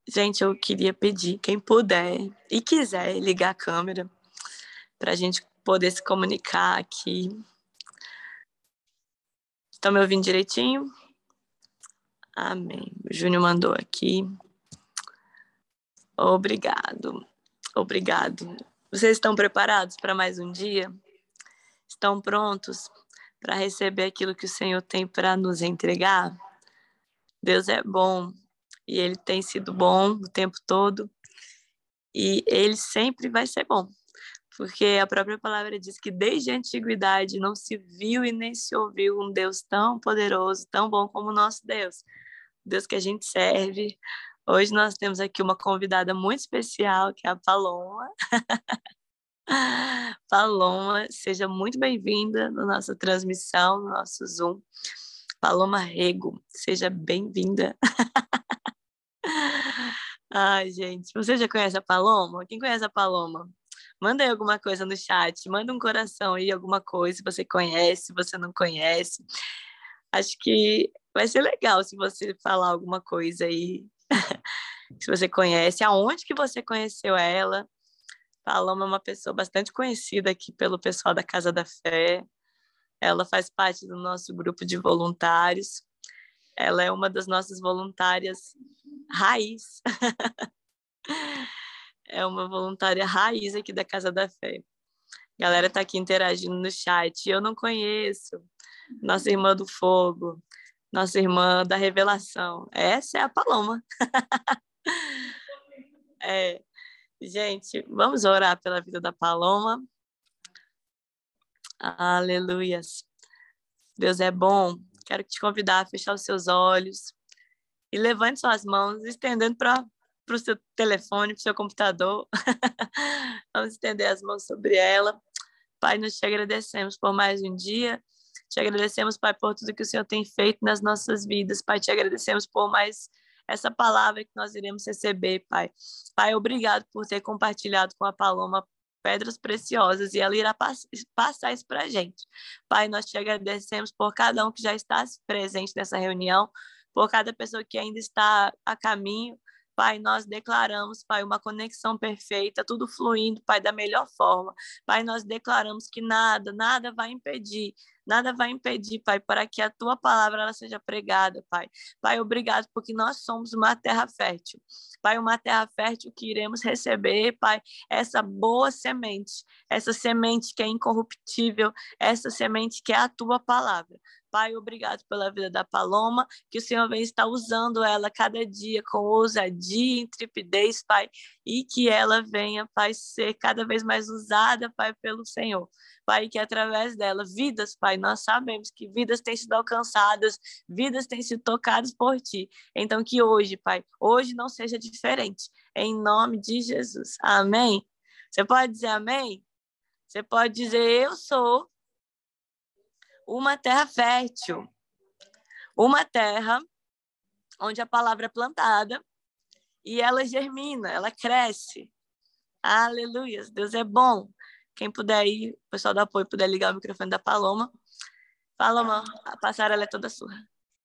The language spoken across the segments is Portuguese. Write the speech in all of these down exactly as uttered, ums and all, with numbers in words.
Gente, eu queria pedir, quem puder e quiser ligar a câmera para a gente poder se comunicar aqui. Estão me ouvindo direitinho? Amém. O Júnior mandou aqui. Obrigado. Obrigado. Vocês estão preparados para mais um dia? Estão prontos para receber aquilo que o Senhor tem para nos entregar? Deus é bom e Ele tem sido bom o tempo todo e Ele sempre vai ser bom, porque a própria palavra diz que desde a antiguidade não se viu e nem se ouviu um Deus tão poderoso, tão bom como o nosso Deus, Deus que a gente serve. Hoje nós temos aqui uma convidada muito especial, que é a Paloma. Paloma, seja muito bem-vinda na nossa transmissão, no nosso Zoom. Paloma Rego, seja bem-vinda. Ai, gente, você já conhece a Paloma? Quem conhece a Paloma? Manda aí alguma coisa no chat, manda um coração aí, alguma coisa, se você conhece, se você não conhece. Acho que vai ser legal se você falar alguma coisa aí, se você conhece, aonde que você conheceu ela. Paloma é uma pessoa bastante conhecida aqui pelo pessoal da Casa da Fé. Ela faz parte do nosso grupo de voluntários. Ela é uma das nossas voluntárias raiz. É uma voluntária raiz aqui da Casa da Fé. A galera tá aqui interagindo no chat. Eu não conheço. Nossa irmã do fogo. Nossa irmã da revelação. Essa é a Paloma. É. Gente, vamos orar pela vida da Paloma. Aleluias. Deus é bom. Quero te convidar a fechar os seus olhos e levante suas mãos, estendendo para o seu telefone, para o seu computador. Vamos estender as mãos sobre ela. Pai, nós te agradecemos por mais um dia. Te agradecemos, Pai, por tudo que o Senhor tem feito nas nossas vidas. Pai, te agradecemos por mais essa palavra que nós iremos receber, Pai. Pai, obrigado por ter compartilhado com a Paloma pedras preciosas e ela irá pass- passar isso para a gente. Pai, nós te agradecemos por cada um que já está presente nessa reunião, por cada pessoa que ainda está a caminho. Pai, nós declaramos, Pai, uma conexão perfeita, tudo fluindo, Pai, da melhor forma. Pai, nós declaramos que nada, nada vai impedir, nada vai impedir, Pai, para que a Tua palavra ela seja pregada, Pai. Pai, obrigado, porque nós somos uma terra fértil. Pai, uma terra fértil que iremos receber, Pai, essa boa semente, essa semente que é incorruptível, essa semente que é a Tua palavra. Pai, obrigado pela vida da Paloma, que o Senhor vem estar usando ela cada dia com ousadia e intrepidez, Pai, e que ela venha, Pai, ser cada vez mais usada, Pai, pelo Senhor. Pai, que através dela, vidas, Pai, nós sabemos que vidas têm sido alcançadas, vidas têm sido tocadas por Ti. Então, que hoje, Pai, hoje não seja diferente. Em nome de Jesus. Amém? Você pode dizer amém? Você pode dizer, eu sou uma terra fértil. Uma terra onde a palavra é plantada e ela germina, ela cresce. Aleluia, Deus é bom. Quem puder ir, o pessoal do apoio puder ligar o microfone da Paloma. Paloma, a passarela é toda sua.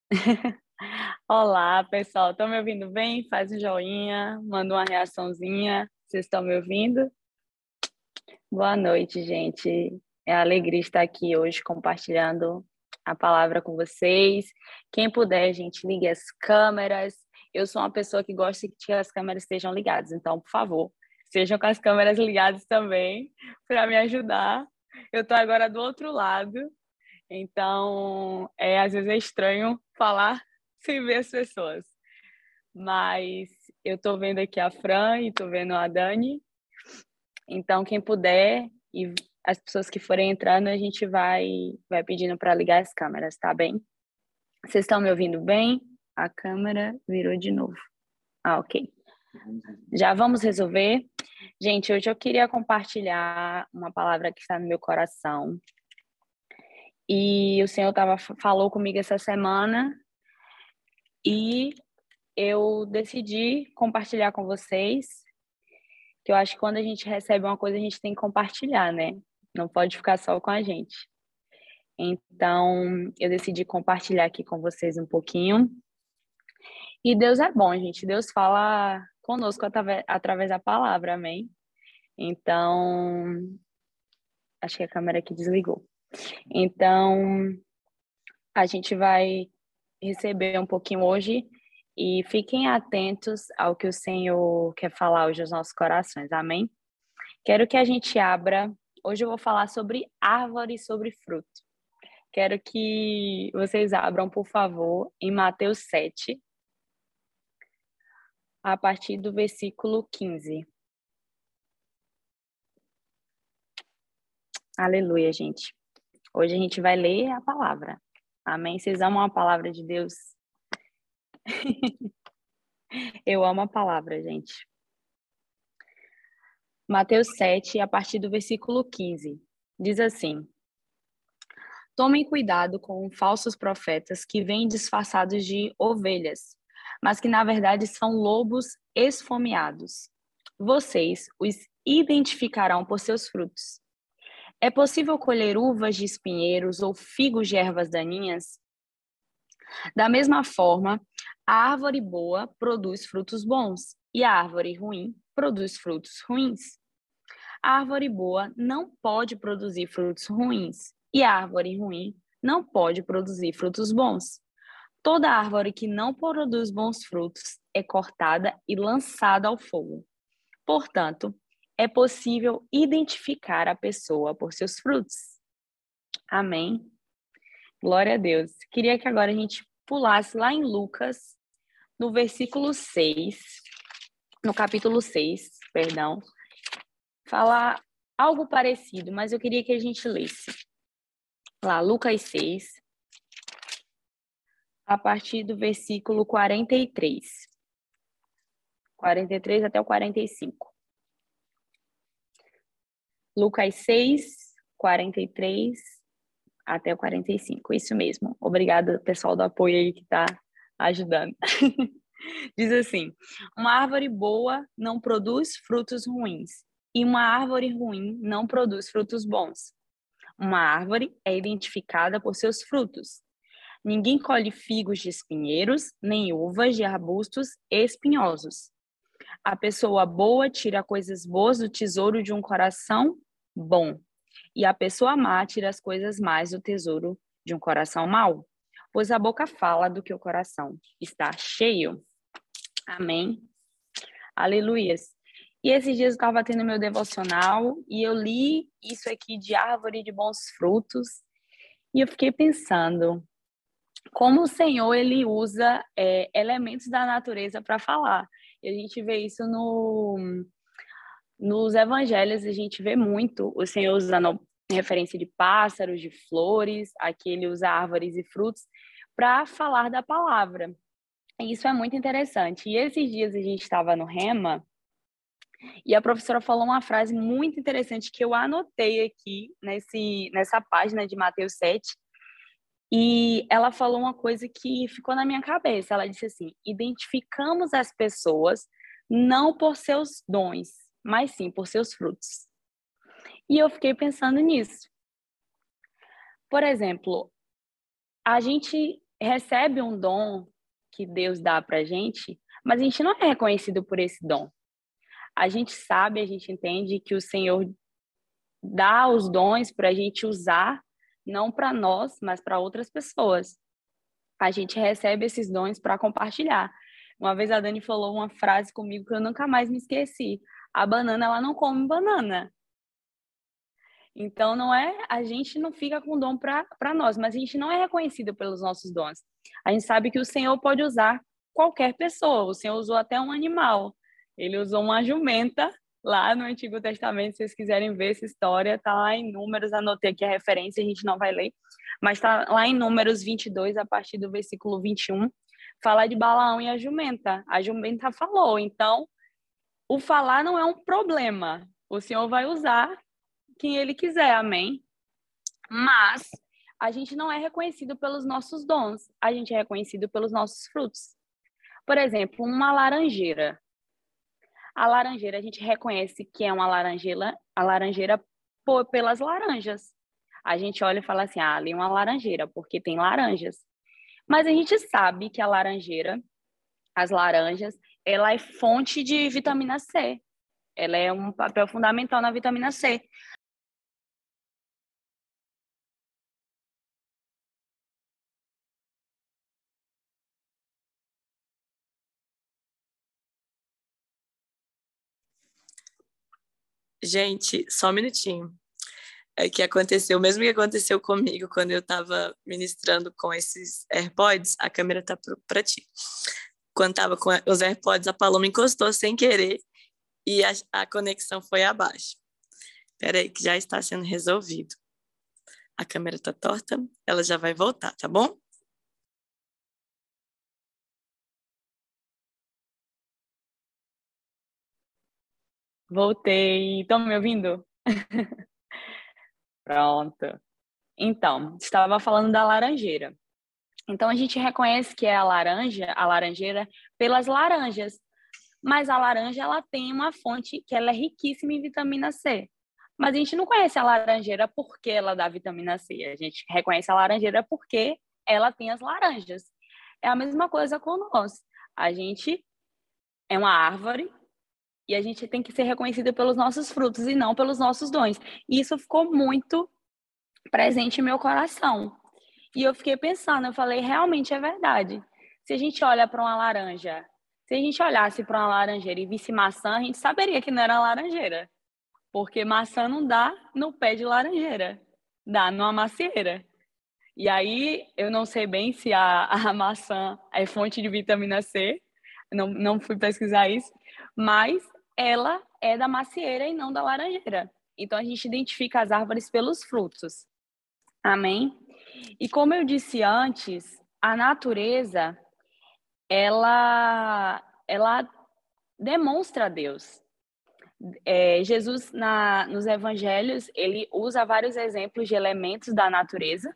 Olá, pessoal. Estão me ouvindo bem? Faz um joinha, manda uma reaçãozinha. Vocês estão me ouvindo? Boa noite, gente. É a alegria estar aqui hoje compartilhando a palavra com vocês. Quem puder, gente, ligue as câmeras. Eu sou uma pessoa que gosta que as câmeras estejam ligadas, então, por favor, estejam com as câmeras ligadas também para me ajudar. Eu estou agora do outro lado, então, é, às vezes é estranho falar sem ver as pessoas. Mas eu estou vendo aqui a Fran e estou vendo a Dani. Então, quem puder e as pessoas que forem entrando, a gente vai, vai pedindo para ligar as câmeras, tá bem? Vocês estão me ouvindo bem? A câmera virou de novo. Ah, ok. Já vamos resolver. Gente, hoje eu queria compartilhar uma palavra que está no meu coração. E o Senhor tava, falou comigo essa semana e eu decidi compartilhar com vocês, que eu acho que quando a gente recebe uma coisa, a gente tem que compartilhar, né? Não pode ficar só com a gente. Então, eu decidi compartilhar aqui com vocês um pouquinho. E Deus é bom, gente. Deus fala conosco através, através da palavra, amém? Então, acho que a câmera aqui desligou. Então, a gente vai receber um pouquinho hoje e fiquem atentos ao que o Senhor quer falar hoje aos nossos corações, amém? Quero que a gente abra. Hoje eu vou falar sobre árvore e sobre fruto. Quero que vocês abram, por favor, em Mateus sete, a partir do versículo quinze. Aleluia, gente. Hoje a gente vai ler a palavra. Amém? Vocês amam a palavra de Deus? Eu amo a palavra, gente. Mateus sete, a partir do versículo quinze. Diz assim: Tomem cuidado com falsos profetas que vêm disfarçados de ovelhas, mas que na verdade são lobos esfomeados. Vocês os identificarão por seus frutos. É possível colher uvas de espinheiros ou figos de ervas daninhas? Da mesma forma, a árvore boa produz frutos bons e a árvore ruim produz frutos ruins. A árvore boa não pode produzir frutos ruins e a árvore ruim não pode produzir frutos bons. Toda árvore que não produz bons frutos é cortada e lançada ao fogo. Portanto, é possível identificar a pessoa por seus frutos. Amém? Glória a Deus. Queria que agora a gente pulasse lá em Lucas, no versículo seis, no capítulo seis, perdão, falar algo parecido, mas eu queria que a gente lesse. Lá, Lucas seis, a partir do versículo quarenta e três. quarenta e três até o quarenta e cinco. Lucas seis, quarenta e três até o quarenta e cinco. Isso mesmo. Obrigada, pessoal do apoio aí que está ajudando. Diz assim: uma árvore boa não produz frutos ruins, e uma árvore ruim não produz frutos bons. Uma árvore é identificada por seus frutos. Ninguém colhe figos de espinheiros, nem uvas de arbustos espinhosos. A pessoa boa tira coisas boas do tesouro de um coração bom, e a pessoa má tira as coisas más do tesouro de um coração mau, pois a boca fala do que o coração está cheio. Amém? Aleluias. E esses dias eu estava tendo meu devocional e eu li isso aqui de árvore de bons frutos e eu fiquei pensando como o Senhor ele usa é, elementos da natureza para falar. E a gente vê isso no, nos evangelhos, a gente vê muito o Senhor usando referência de pássaros, de flores, aqui ele usa árvores e frutos para falar da palavra. E isso é muito interessante. E esses dias a gente estava no Rema e a professora falou uma frase muito interessante que eu anotei aqui nesse, nessa página de Mateus sete. E ela falou uma coisa que ficou na minha cabeça. Ela disse assim: identificamos as pessoas não por seus dons, mas sim por seus frutos. E eu fiquei pensando nisso. Por exemplo, a gente recebe um dom que Deus dá pra gente, mas a gente não é reconhecido por esse dom. A gente sabe, a gente entende que o Senhor dá os dons para a gente usar, não para nós, mas para outras pessoas. A gente recebe esses dons para compartilhar. Uma vez a Dani falou uma frase comigo que eu nunca mais me esqueci: a banana, ela não come banana. Então, não é, a gente não fica com dom para nós, mas a gente não é reconhecido pelos nossos dons. A gente sabe que o Senhor pode usar qualquer pessoa. O Senhor usou até um animal. Ele usou uma jumenta lá no Antigo Testamento. Se vocês quiserem ver essa história, está lá em Números. Anotei aqui a referência, a gente não vai ler, mas está lá em Números vinte e dois, a partir do versículo vinte e um, fala de Balaão e a jumenta. A jumenta falou. Então, o falar não é um problema. O Senhor vai usar quem ele quiser, amém? Mas a gente não é reconhecido pelos nossos dons, a gente é reconhecido pelos nossos frutos. Por exemplo, uma laranjeira. A laranjeira, a gente reconhece que é uma laranjeira, a laranjeira por, pelas laranjas. A gente olha e fala assim: ah, ali é uma laranjeira, porque tem laranjas. Mas a gente sabe que a laranjeira, as laranjas, ela é fonte de vitamina C. Ela é um papel fundamental na vitamina C. Gente, só um minutinho. É que aconteceu, o mesmo que aconteceu comigo quando eu estava ministrando com esses AirPods, a câmera tá para ti. Quando estava com os AirPods, a Paloma encostou sem querer e a, a conexão foi abaixo. Espera aí, que já está sendo resolvido. A câmera tá torta, ela já vai voltar, tá bom? Voltei. Estão me ouvindo? Pronto. Então, estava falando da laranjeira. Então, a gente reconhece que é a laranja, a laranjeira, pelas laranjas. Mas a laranja, ela tem uma fonte que ela é riquíssima em vitamina C. Mas a gente não conhece a laranjeira porque ela dá vitamina C. A gente reconhece a laranjeira porque ela tem as laranjas. É a mesma coisa com nós. A gente é uma árvore e a gente tem que ser reconhecida pelos nossos frutos e não pelos nossos dons. E isso ficou muito presente em meu coração. E eu fiquei pensando, eu falei, realmente é verdade. Se a gente olha para uma laranja, se a gente olhasse para uma laranjeira e visse maçã, a gente saberia que não era laranjeira. Porque maçã não dá no pé de laranjeira, dá numa macieira. E aí, eu não sei bem se a, a maçã é fonte de vitamina C, não, não fui pesquisar isso, mas ela é da macieira e não da laranjeira. Então, a gente identifica as árvores pelos frutos. Amém? E como eu disse antes, a natureza, ela, ela demonstra Deus. É, Jesus, na, nos evangelhos, ele usa vários exemplos de elementos da natureza.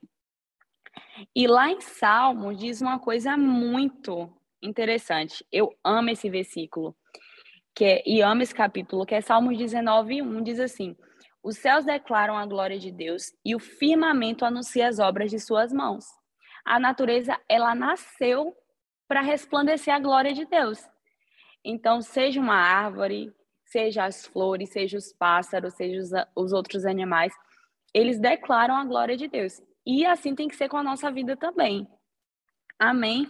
E lá em Salmos diz uma coisa muito interessante. Eu amo esse versículo, que é, e amo esse capítulo, que é Salmos dezenove, um, diz assim: os céus declaram a glória de Deus e o firmamento anuncia as obras de suas mãos. A natureza, ela nasceu para resplandecer a glória de Deus. Então, seja uma árvore, seja as flores, seja os pássaros, seja os, os outros animais, eles declaram a glória de Deus. E assim tem que ser com a nossa vida também. Amém?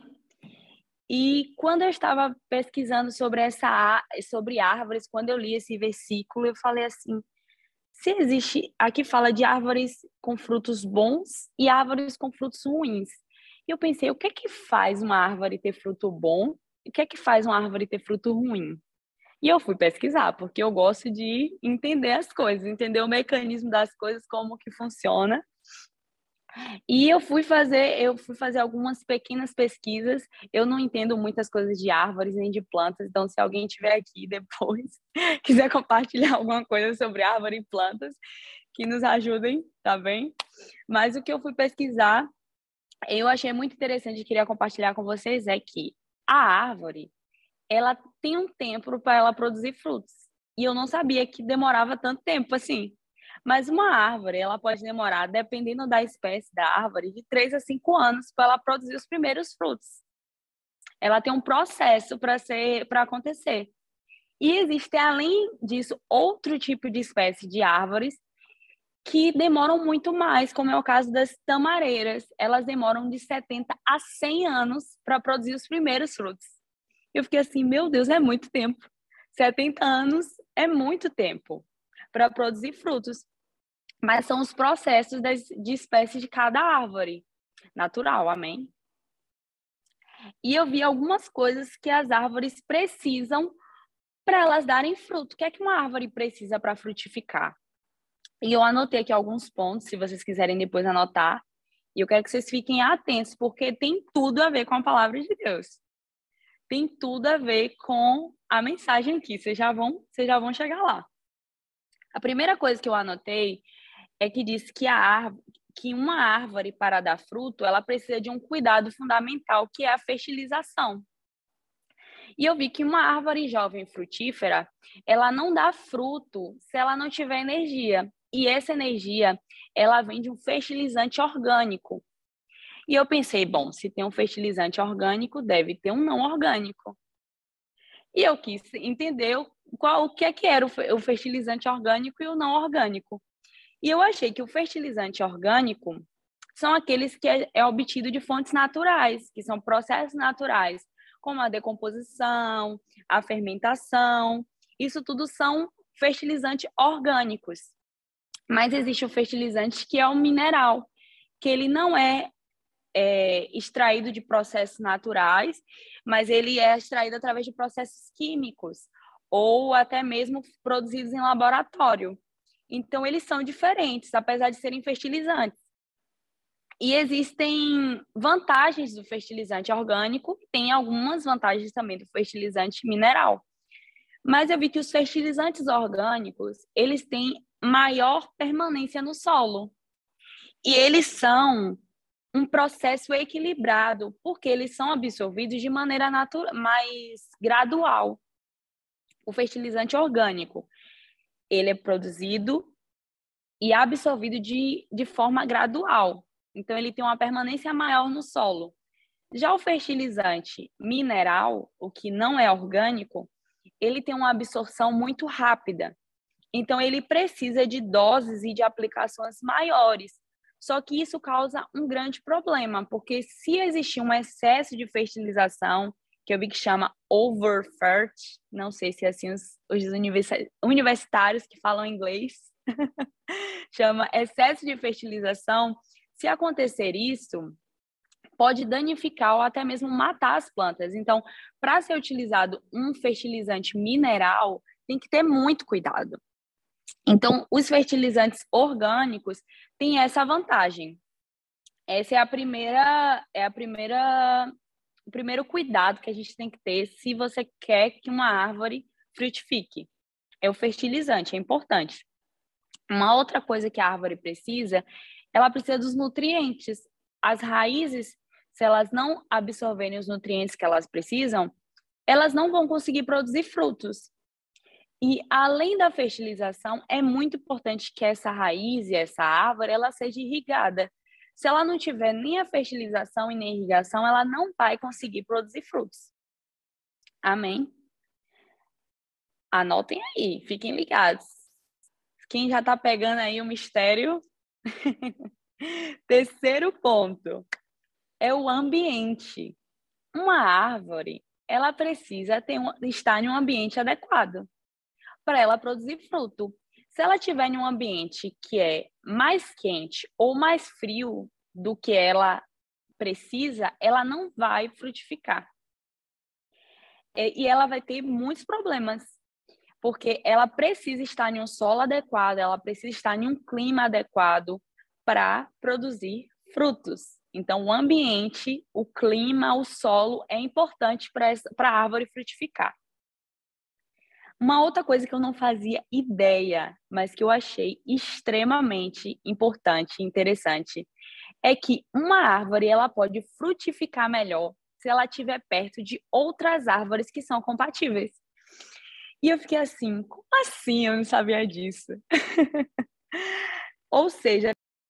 E quando eu estava pesquisando sobre essa sobre árvores, quando eu li esse versículo, eu falei assim: se existe, aqui fala de árvores com frutos bons e árvores com frutos ruins. E eu pensei, o que é que faz uma árvore ter fruto bom? E o que é que faz uma árvore ter fruto ruim? E eu fui pesquisar, porque eu gosto de entender as coisas, entender o mecanismo das coisas, como que funciona. E eu fui fazer, eu fui fazer algumas pequenas pesquisas. Eu não entendo muitas coisas de árvores nem de plantas, então se alguém estiver aqui depois quiser compartilhar alguma coisa sobre árvore e plantas, que nos ajudem, tá bem? Mas o que eu fui pesquisar, eu achei muito interessante e queria compartilhar com vocês é que a árvore, ela tem um tempo para ela produzir frutos. E eu não sabia que demorava tanto tempo assim. Mas uma árvore, ela pode demorar, dependendo da espécie da árvore, de três a cinco anos para ela produzir os primeiros frutos. Ela tem um processo para ser, para acontecer. E existe, além disso, outro tipo de espécie de árvores que demoram muito mais, como é o caso das tamareiras. Elas demoram de setenta a cem anos para produzir os primeiros frutos. Eu fiquei assim, meu Deus, é muito tempo. setenta anos é muito tempo para produzir frutos. Mas são os processos de espécie de cada árvore. Natural, amém? E eu vi algumas coisas que as árvores precisam para elas darem fruto. O que é que uma árvore precisa para frutificar? E eu anotei aqui alguns pontos, se vocês quiserem depois anotar. E eu quero que vocês fiquem atentos, porque tem tudo a ver com a palavra de Deus. Tem tudo a ver com a mensagem aqui. Vocês já vão, vocês já vão chegar lá. A primeira coisa que eu anotei é que diz que, a árvore, que uma árvore, para dar fruto, ela precisa de um cuidado fundamental, que é a fertilização. E eu vi que uma árvore jovem frutífera, ela não dá fruto se ela não tiver energia. E essa energia, ela vem de um fertilizante orgânico. E eu pensei, bom, se tem um fertilizante orgânico, deve ter um não orgânico. E eu quis entender qual, o que é que era o fertilizante orgânico e o não orgânico. E eu achei que o fertilizante orgânico são aqueles que é, é obtido de fontes naturais, que são processos naturais, como a decomposição, a fermentação. Isso tudo são fertilizantes orgânicos. Mas existe o fertilizante que é o mineral, que ele não é, é extraído de processos naturais, mas ele é extraído através de processos químicos ou até mesmo produzidos em laboratório. Então, eles são diferentes, apesar de serem fertilizantes. E existem vantagens do fertilizante orgânico, tem algumas vantagens também do fertilizante mineral. Mas eu vi que os fertilizantes orgânicos, eles têm maior permanência no solo. E eles são um processo equilibrado, porque eles são absorvidos de maneira natural, mais gradual. O fertilizante orgânico, ele é produzido e absorvido de, de forma gradual. Então, ele tem uma permanência maior no solo. Já o fertilizante mineral, o que não é orgânico, ele tem uma absorção muito rápida. Então, ele precisa de doses e de aplicações maiores. Só que isso causa um grande problema, porque se existir um excesso de fertilização, que eu vi que chama overfert, não sei se é assim os, os universitários que falam inglês, chama excesso de fertilização, se acontecer isso, pode danificar ou até mesmo matar as plantas. Então, para ser utilizado um fertilizante mineral, tem que ter muito cuidado. Então, os fertilizantes orgânicos têm essa vantagem. Essa é a primeira, é a primeira, o primeiro cuidado que a gente tem que ter se você quer que uma árvore frutifique. É o fertilizante, é importante. Uma outra coisa que a árvore precisa, ela precisa dos nutrientes. As raízes, se elas não absorverem os nutrientes que elas precisam, elas não vão conseguir produzir frutos. E além da fertilização, é muito importante que essa raiz e essa árvore, ela seja irrigada. Se ela não tiver nem a fertilização e nem a irrigação, ela não vai conseguir produzir frutos. Amém? Anotem aí, fiquem ligados. Quem já está pegando aí o mistério? Terceiro ponto é o ambiente. Uma árvore, ela precisa ter um, estar em um ambiente adequado para ela produzir fruto. Se ela estiver em um ambiente que é mais quente ou mais frio do que ela precisa, ela não vai frutificar. E ela vai ter muitos problemas, porque ela precisa estar em um solo adequado, ela precisa estar em um clima adequado para produzir frutos. Então, o ambiente, o clima, o solo é importante para a árvore frutificar. Uma outra coisa que eu não fazia ideia, mas que eu achei extremamente importante e interessante, é que uma árvore ela pode frutificar melhor se ela estiver perto de outras árvores que são compatíveis. E eu fiquei assim, como assim eu não sabia disso? Ou seja,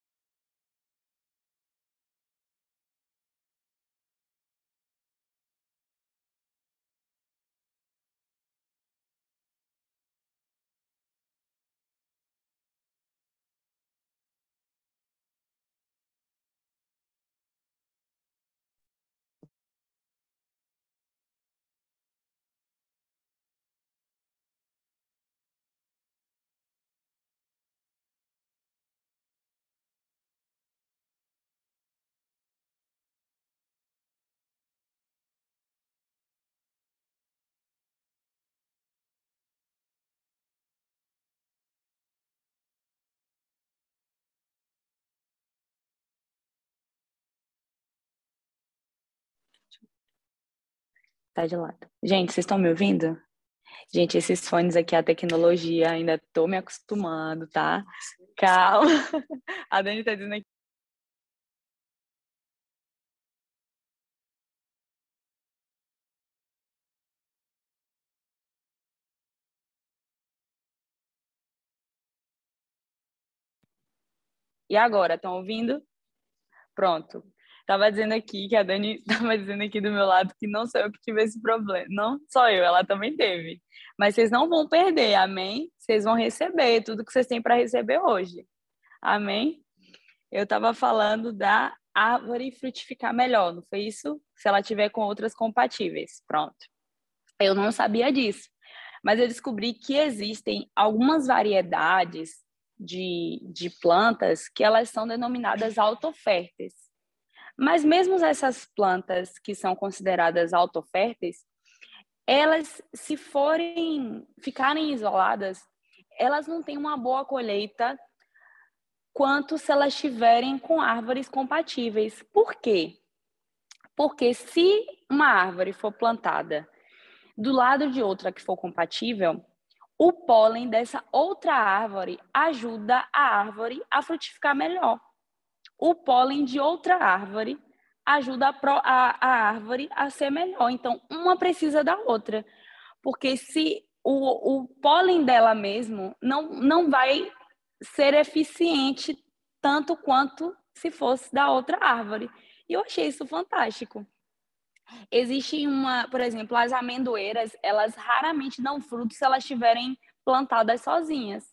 tá de lado. Gente, vocês estão me ouvindo? Gente, esses fones aqui, a tecnologia, ainda tô me acostumando, tá? Calma. A Dani tá dizendo aqui. E agora, estão ouvindo? Pronto. Tava dizendo aqui que a Dani tava dizendo aqui do meu lado que não sou eu que tive esse problema. Não só eu, ela também teve. Mas vocês não vão perder, amém? Vocês vão receber tudo que vocês têm para receber hoje. Amém? Eu tava falando da árvore frutificar melhor, não foi isso? Se ela tiver com outras compatíveis. Pronto. Eu não sabia disso. Mas eu descobri que existem algumas variedades de, de plantas que elas são denominadas autoférteis. Mas mesmo essas plantas que são consideradas autoférteis, elas, se forem ficarem isoladas, elas não têm uma boa colheita quanto se elas estiverem com árvores compatíveis. Por quê? Porque se uma árvore for plantada do lado de outra que for compatível, o pólen dessa outra árvore ajuda a árvore a frutificar melhor. O pólen de outra árvore ajuda a, a, a árvore a ser melhor. Então, uma precisa da outra. Porque se o, o pólen dela mesmo não, não vai ser eficiente tanto quanto se fosse da outra árvore. E eu achei isso fantástico. Existe uma, por exemplo, as amendoeiras, elas raramente dão frutos se elas estiverem plantadas sozinhas.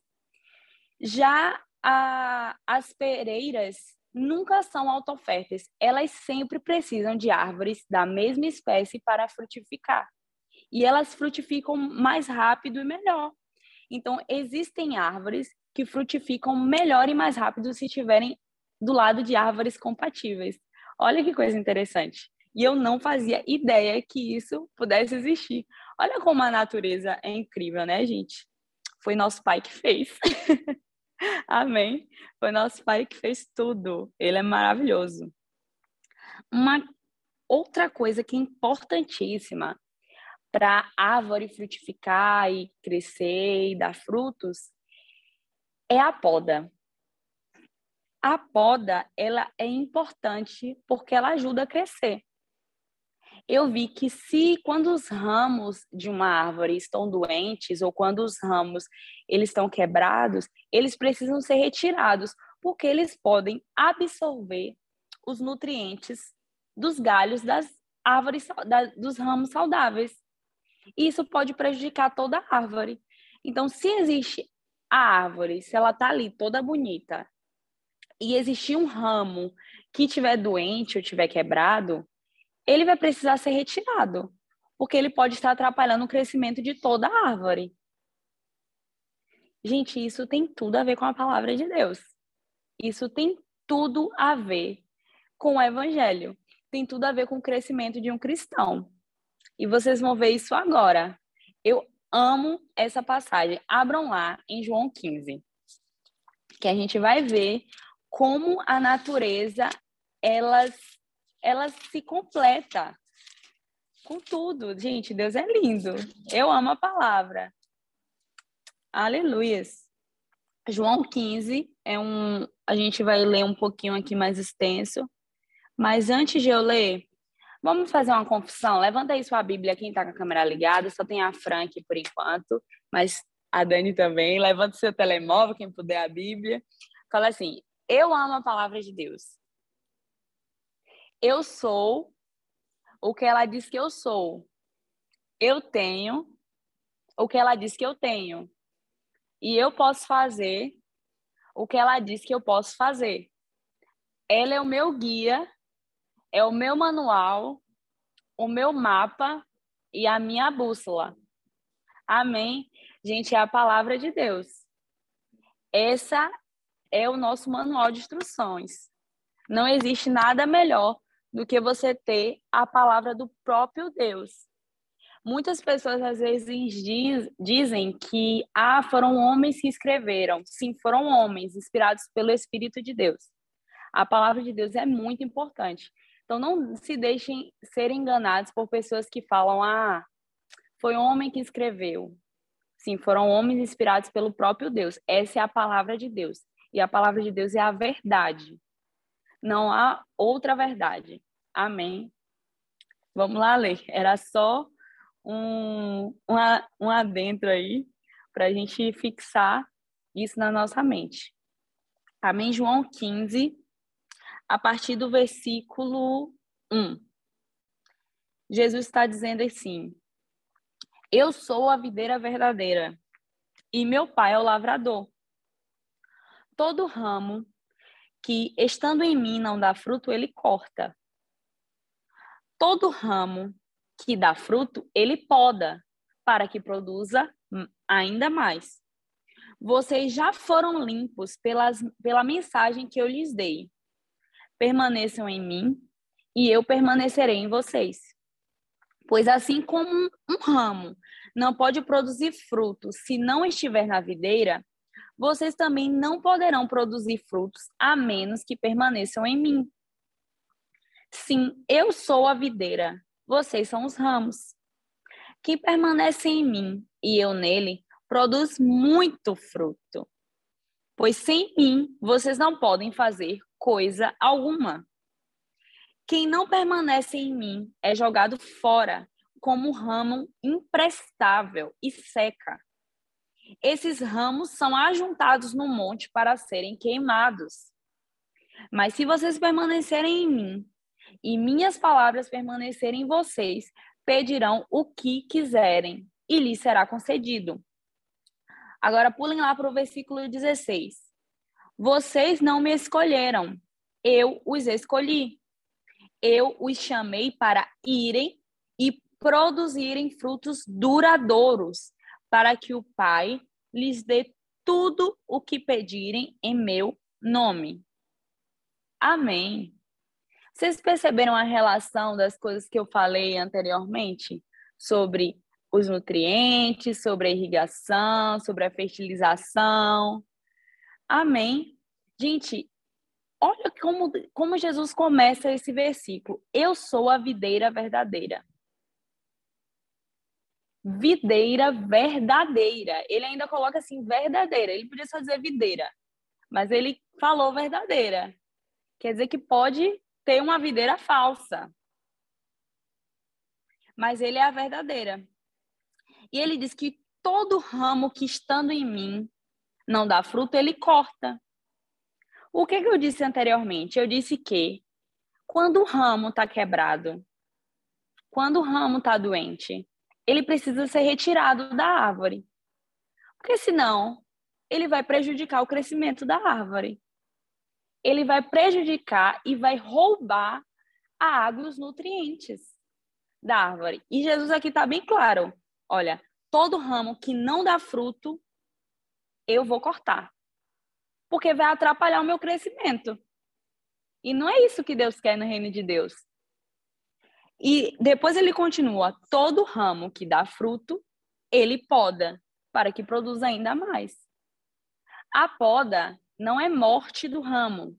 Já a, as pereiras nunca são autoférteis. Elas sempre precisam de árvores da mesma espécie para frutificar. E elas frutificam mais rápido e melhor. Então, existem árvores que frutificam melhor e mais rápido se estiverem do lado de árvores compatíveis. Olha que coisa interessante. E eu não fazia ideia que isso pudesse existir. Olha como a natureza é incrível, né, gente? Foi nosso pai que fez. Amém? Foi nosso pai que fez tudo. Ele é maravilhoso. Uma outra coisa que é importantíssima para a árvore frutificar e crescer e dar frutos é a poda. A poda, ela é importante porque ela ajuda a crescer. Eu vi que se quando os ramos de uma árvore estão doentes ou quando os ramos eles estão quebrados, eles precisam ser retirados, porque eles podem absorver os nutrientes dos galhos das árvores, da, dos ramos saudáveis. E isso pode prejudicar toda a árvore. Então, se existe a árvore, se ela está ali toda bonita, e existir um ramo que estiver doente ou estiver quebrado, ele vai precisar ser retirado, porque ele pode estar atrapalhando o crescimento de toda a árvore. Gente, isso tem tudo a ver com a palavra de Deus. Isso tem tudo a ver com o evangelho. Tem tudo a ver com o crescimento de um cristão. E vocês vão ver isso agora. Eu amo essa passagem. Abram lá em João quinze, que a gente vai ver como a natureza, ela, ela se completa com tudo. Gente, Deus é lindo. Eu amo a palavra. Aleluias. João quinze é um... A gente vai ler um pouquinho aqui mais extenso. Mas antes de eu ler, vamos fazer uma confissão. Levanta aí sua Bíblia, quem está com a câmera ligada. Só tem a Fran aqui por enquanto, mas a Dani também. Levanta o seu telemóvel, quem puder, a Bíblia. Fala assim: eu amo a palavra de Deus. Eu sou o que ela diz que eu sou. Eu tenho o que ela diz que eu tenho. E eu posso fazer o que ela diz que eu posso fazer. Ela é o meu guia, é o meu manual, o meu mapa e a minha bússola. Amém? Gente, é a palavra de Deus. Essa é o nosso manual de instruções. Não existe nada melhor do que você ter a palavra do próprio Deus. Muitas pessoas às vezes diz, dizem que ah, foram homens que escreveram. Sim, foram homens inspirados pelo Espírito de Deus. A palavra de Deus é muito importante. Então, não se deixem ser enganados por pessoas que falam ah, foi um homem que escreveu. Sim, foram homens inspirados pelo próprio Deus. Essa é a palavra de Deus. E a palavra de Deus é a verdade. Não há outra verdade. Amém? Vamos lá ler. Era só um, um, um adentro aí para a gente fixar isso na nossa mente. Amém? João quinze, a partir do versículo um. Jesus está dizendo assim: eu sou a videira verdadeira e meu pai é o lavrador. Todo ramo que, estando em mim, não dá fruto, ele corta. Todo ramo que dá fruto, ele poda, para que produza ainda mais. Vocês já foram limpos pelas, pela mensagem que eu lhes dei. Permaneçam em mim e eu permanecerei em vocês. Pois assim como um, um ramo não pode produzir frutos se não estiver na videira, vocês também não poderão produzir frutos a menos que permaneçam em mim. Sim, eu sou a videira, vocês são os ramos. Quem permanece em mim e eu nele, produz muito fruto. Pois sem mim, vocês não podem fazer coisa alguma. Quem não permanece em mim é jogado fora, como um ramo imprestável e seca. Esses ramos são ajuntados no monte para serem queimados. Mas se vocês permanecerem em mim e minhas palavras permanecerem em vocês, pedirão o que quiserem e lhes será concedido. Agora pulem lá para o versículo dezesseis. Vocês não me escolheram, eu os escolhi. Eu os chamei para irem e produzirem frutos duradouros, para que o Pai lhes dê tudo o que pedirem em meu nome. Amém. Vocês perceberam a relação das coisas que eu falei anteriormente? Sobre os nutrientes, sobre a irrigação, sobre a fertilização. Amém. Gente, olha como, como Jesus começa esse versículo. Eu sou a videira verdadeira. Videira verdadeira. Ele ainda coloca assim, verdadeira. Ele podia só dizer videira, mas ele falou verdadeira. Quer dizer que pode ter uma videira falsa. Mas ele é a verdadeira. E ele diz que todo ramo que estando em mim não dá fruto, ele corta. O que, que eu disse anteriormente? Eu disse que quando o ramo está quebrado, quando o ramo está doente, ele precisa ser retirado da árvore. Porque senão, ele vai prejudicar o crescimento da árvore. Ele vai prejudicar e vai roubar a água e os nutrientes da árvore. E Jesus aqui está bem claro. Olha, todo ramo que não dá fruto, eu vou cortar. Porque vai atrapalhar o meu crescimento. E não é isso que Deus quer no reino de Deus. E depois ele continua, todo ramo que dá fruto, ele poda, para que produza ainda mais. A poda não é morte do ramo.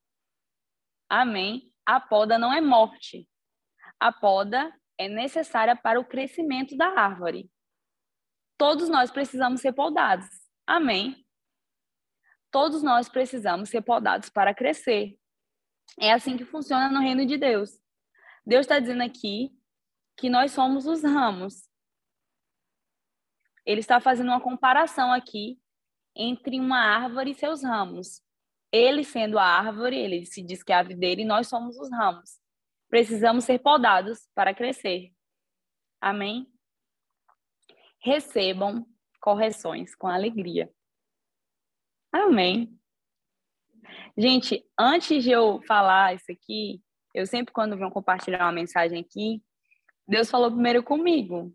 Amém? A poda não é morte. A poda é necessária para o crescimento da árvore. Todos nós precisamos ser podados. Amém? Todos nós precisamos ser podados para crescer. É assim que funciona no reino de Deus. Deus está dizendo aqui que nós somos os ramos. Ele está fazendo uma comparação aqui entre uma árvore e seus ramos. Ele sendo a árvore, ele se diz que é a videira e nós somos os ramos. Precisamos ser podados para crescer. Amém? Recebam correções com alegria. Amém. Gente, antes de eu falar isso aqui, eu sempre, quando venho compartilhar uma mensagem aqui, Deus falou primeiro comigo.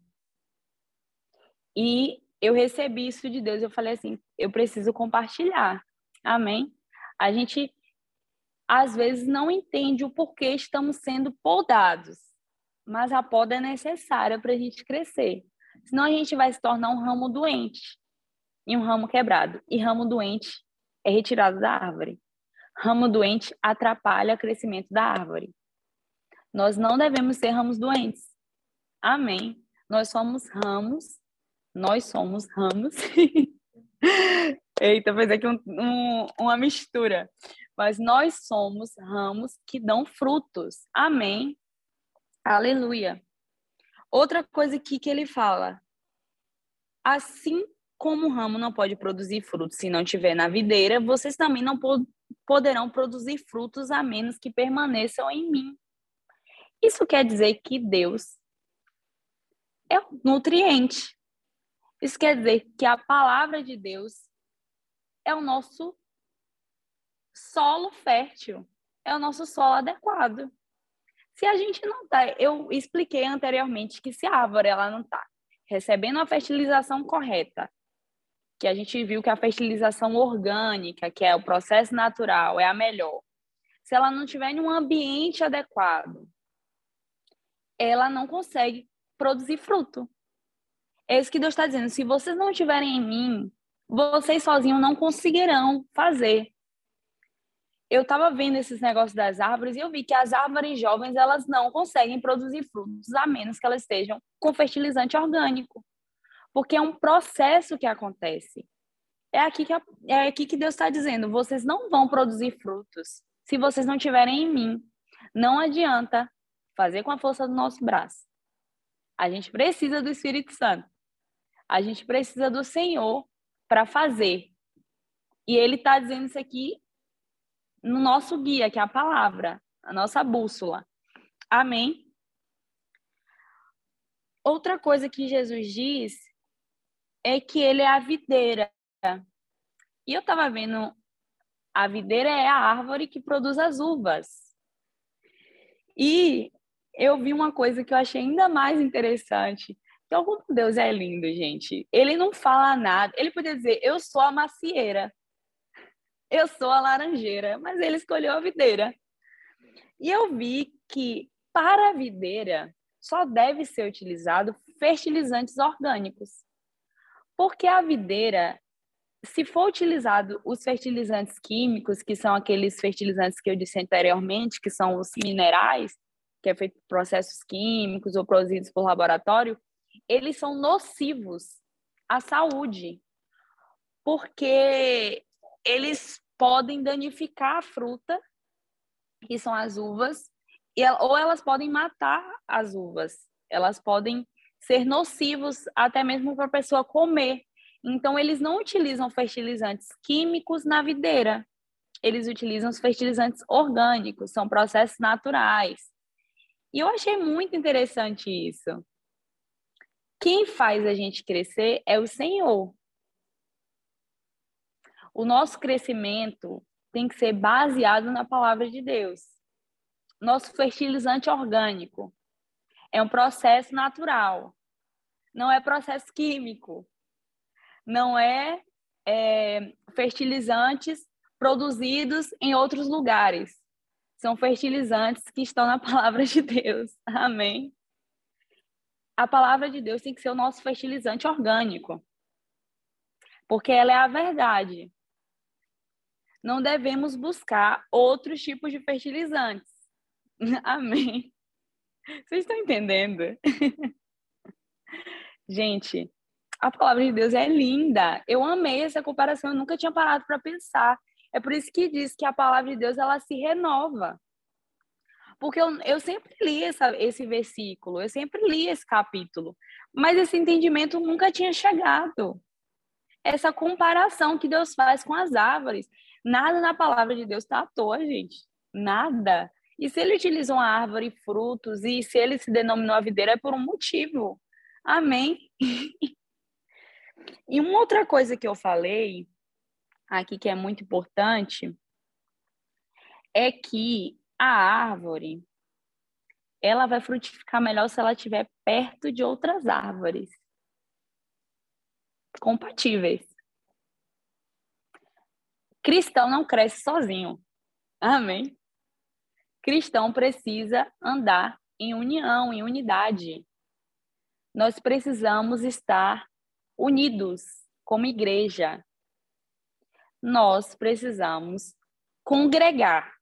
E eu recebi isso de Deus. Eu falei assim, eu preciso compartilhar. Amém? A gente, às vezes, não entende o porquê estamos sendo podados. Mas a poda é necessária para a gente crescer. Senão a gente vai se tornar um ramo doente e um ramo quebrado. E ramo doente é retirado da árvore. Ramo doente atrapalha o crescimento da árvore. Nós não devemos ser ramos doentes. Amém. Nós somos ramos. Nós somos ramos. Eita, fez aqui um, um, uma mistura. Mas nós somos ramos que dão frutos. Amém. Aleluia. Outra coisa aqui que ele fala. Assim como o ramo não pode produzir frutos se não estiver na videira, vocês também não po- poderão produzir frutos a menos que permaneçam em mim. Isso quer dizer que Deus é o nutriente. Isso quer dizer que a palavra de Deus é o nosso solo fértil, é o nosso solo adequado. Se a gente não está, eu expliquei anteriormente que se a árvore ela não está recebendo a fertilização correta, que a gente viu que a fertilização orgânica, que é o processo natural, é a melhor. Se ela não estiver em um ambiente adequado, ela não consegue produzir fruto. É isso que Deus está dizendo. Se vocês não estiverem em mim, vocês sozinhos não conseguirão fazer. Eu estava vendo esses negócios das árvores e eu vi que as árvores jovens elas não conseguem produzir frutos a menos que elas estejam com fertilizante orgânico. Porque é um processo que acontece. É aqui que, é aqui que Deus está dizendo, vocês não vão produzir frutos se vocês não estiverem em mim. Não adianta fazer com a força do nosso braço. A gente precisa do Espírito Santo. A gente precisa do Senhor para fazer. E Ele está dizendo isso aqui no nosso guia, que é a palavra, a nossa bússola. Amém? Outra coisa que Jesus diz é que Ele é a videira. E eu estava vendo, a videira é a árvore que produz as uvas. E eu vi uma coisa que eu achei ainda mais interessante. Então, como Deus é lindo, gente. Ele não fala nada. Ele podia dizer, eu sou a macieira. Eu sou a laranjeira. Mas ele escolheu a videira. E eu vi que, para a videira, só deve ser utilizado fertilizantes orgânicos. Porque a videira, se for utilizado os fertilizantes químicos, que são aqueles fertilizantes que eu disse anteriormente, que são os minerais, que é feito por processos químicos ou produzidos por laboratório, eles são nocivos à saúde, porque eles podem danificar a fruta, que são as uvas, ou elas podem matar as uvas, elas podem ser nocivos até mesmo para a pessoa comer. Então, eles não utilizam fertilizantes químicos na videira, eles utilizam os fertilizantes orgânicos, são processos naturais. E eu achei muito interessante isso. Quem faz a gente crescer é o Senhor. O nosso crescimento tem que ser baseado na palavra de Deus. Nosso fertilizante orgânico é um processo natural, não é processo químico, não é, é fertilizantes produzidos em outros lugares. São fertilizantes que estão na palavra de Deus. Amém? A palavra de Deus tem que ser o nosso fertilizante orgânico, porque ela é a verdade. Não devemos buscar outros tipos de fertilizantes. Amém? Vocês estão entendendo? Gente, a palavra de Deus é linda. Eu amei essa comparação, eu nunca tinha parado para pensar. É por isso que diz que a palavra de Deus ela se renova. Porque eu, eu sempre li essa, esse versículo, eu sempre li esse capítulo, mas esse entendimento nunca tinha chegado. Essa comparação que Deus faz com as árvores. Nada na palavra de Deus está à toa, gente. Nada. E se ele utilizou uma árvore e frutos, e se ele se denominou a videira, é por um motivo. Amém? E uma outra coisa que eu falei aqui que é muito importante é que a árvore ela vai frutificar melhor se ela estiver perto de outras árvores compatíveis. Cristão não cresce sozinho. Amém? Cristão precisa andar em união, em unidade. Nós precisamos estar unidos como igreja. Nós precisamos congregar.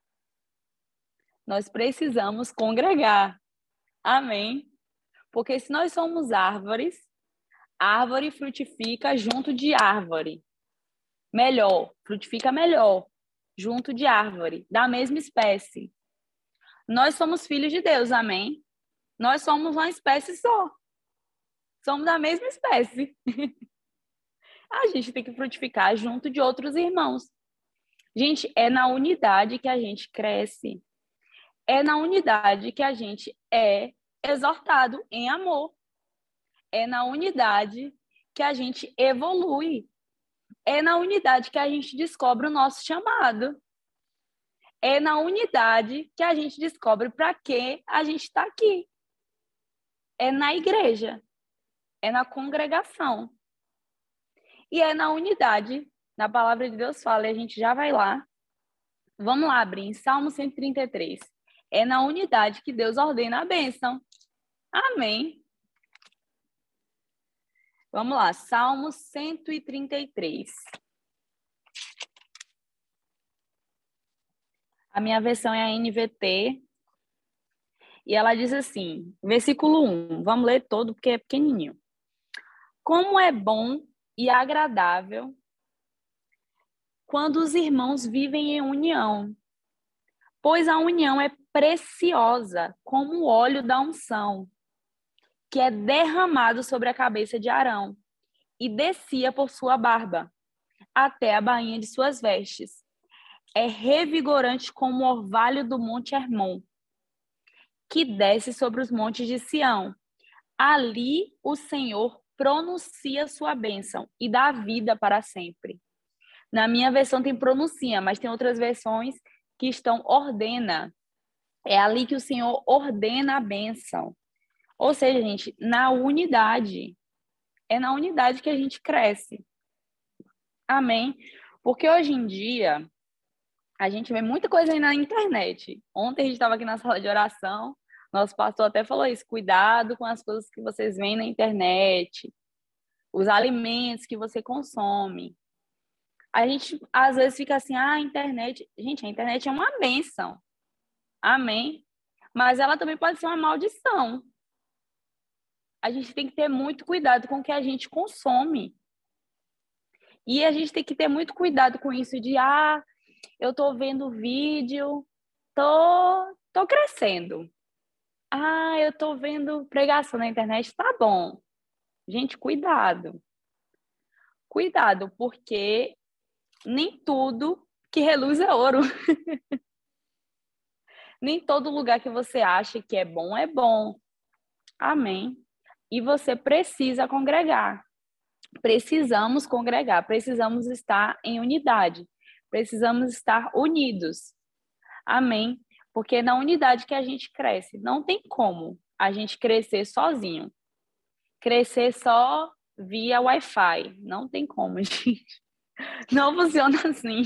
Nós precisamos congregar. Amém? Porque se nós somos árvores, árvore frutifica junto de árvore. Melhor, frutifica melhor, junto de árvore, da mesma espécie. Nós somos filhos de Deus, amém? Nós somos uma espécie só. Somos da mesma espécie. A gente tem que frutificar junto de outros irmãos. Gente, é na unidade que a gente cresce. É na unidade que a gente é exortado em amor. É na unidade que a gente evolui. É na unidade que a gente descobre o nosso chamado. É na unidade que a gente descobre para que a gente está aqui. É na igreja. É na congregação. E é na unidade, na palavra de Deus fala, e a gente já vai lá. Vamos lá abrir em Salmo cento e trinta e três. É na unidade que Deus ordena a bênção. Amém. Vamos lá, Salmo cento e trinta e três. A minha versão é a N V T. E ela diz assim, versículo um. Vamos ler todo porque é pequenininho. Como é bom e agradável quando os irmãos vivem em união, pois a união é preciosa como o óleo da unção, que é derramado sobre a cabeça de Arão e descia por sua barba, até a bainha de suas vestes. É revigorante como o orvalho do monte Hermon, que desce sobre os montes de Sião. Ali o Senhor pronuncia sua bênção e dá vida para sempre. Na minha versão tem pronuncia, mas tem outras versões que estão ordena. É ali que o Senhor ordena a bênção. Ou seja, gente, na unidade. É na unidade que a gente cresce. Amém? Porque hoje em dia, a gente vê muita coisa aí na internet. Ontem a gente estava aqui na sala de oração, nosso pastor até falou isso, cuidado com as coisas que vocês veem na internet, os alimentos que você consome. A gente, às vezes, fica assim, ah, a internet... Gente, a internet é uma bênção. Amém? Mas ela também pode ser uma maldição. A gente tem que ter muito cuidado com o que a gente consome. E a gente tem que ter muito cuidado com isso de, ah, eu tô vendo vídeo, tô, tô crescendo. Ah, eu tô vendo pregação na internet, tá bom. Gente, cuidado. Cuidado, porque nem tudo que reluz é ouro. Nem todo lugar que você acha que é bom é bom. Amém. E você precisa congregar. Precisamos congregar, precisamos estar em unidade. Precisamos estar unidos. Amém. Porque na unidade que a gente cresce, não tem como a gente crescer sozinho. Crescer só via Wi-Fi. Não tem como, gente. Não funciona assim.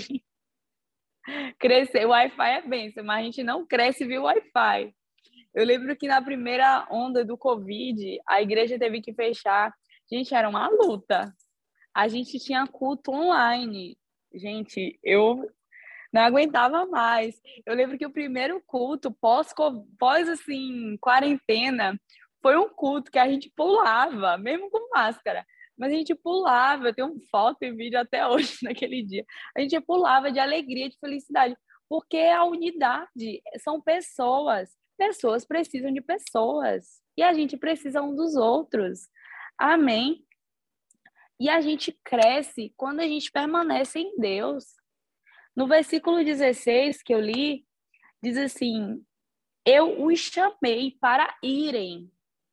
Crescer, Wi-Fi é bênção, mas a gente não cresce via Wi-Fi. Eu lembro que na primeira onda do Covid, a igreja teve que fechar. Gente, era uma luta. A gente tinha culto online. Gente, eu não aguentava mais. Eu lembro que o primeiro culto, pós, pós assim, quarentena, foi um culto que a gente pulava, mesmo com máscara. Mas a gente pulava, eu tenho foto e vídeo até hoje naquele dia. A gente pulava de alegria, de felicidade, porque a unidade são pessoas. Pessoas precisam de pessoas. E a gente precisa um dos outros. Amém? E a gente cresce quando a gente permanece em Deus. No versículo dezesseis que eu li, diz assim, eu os chamei para irem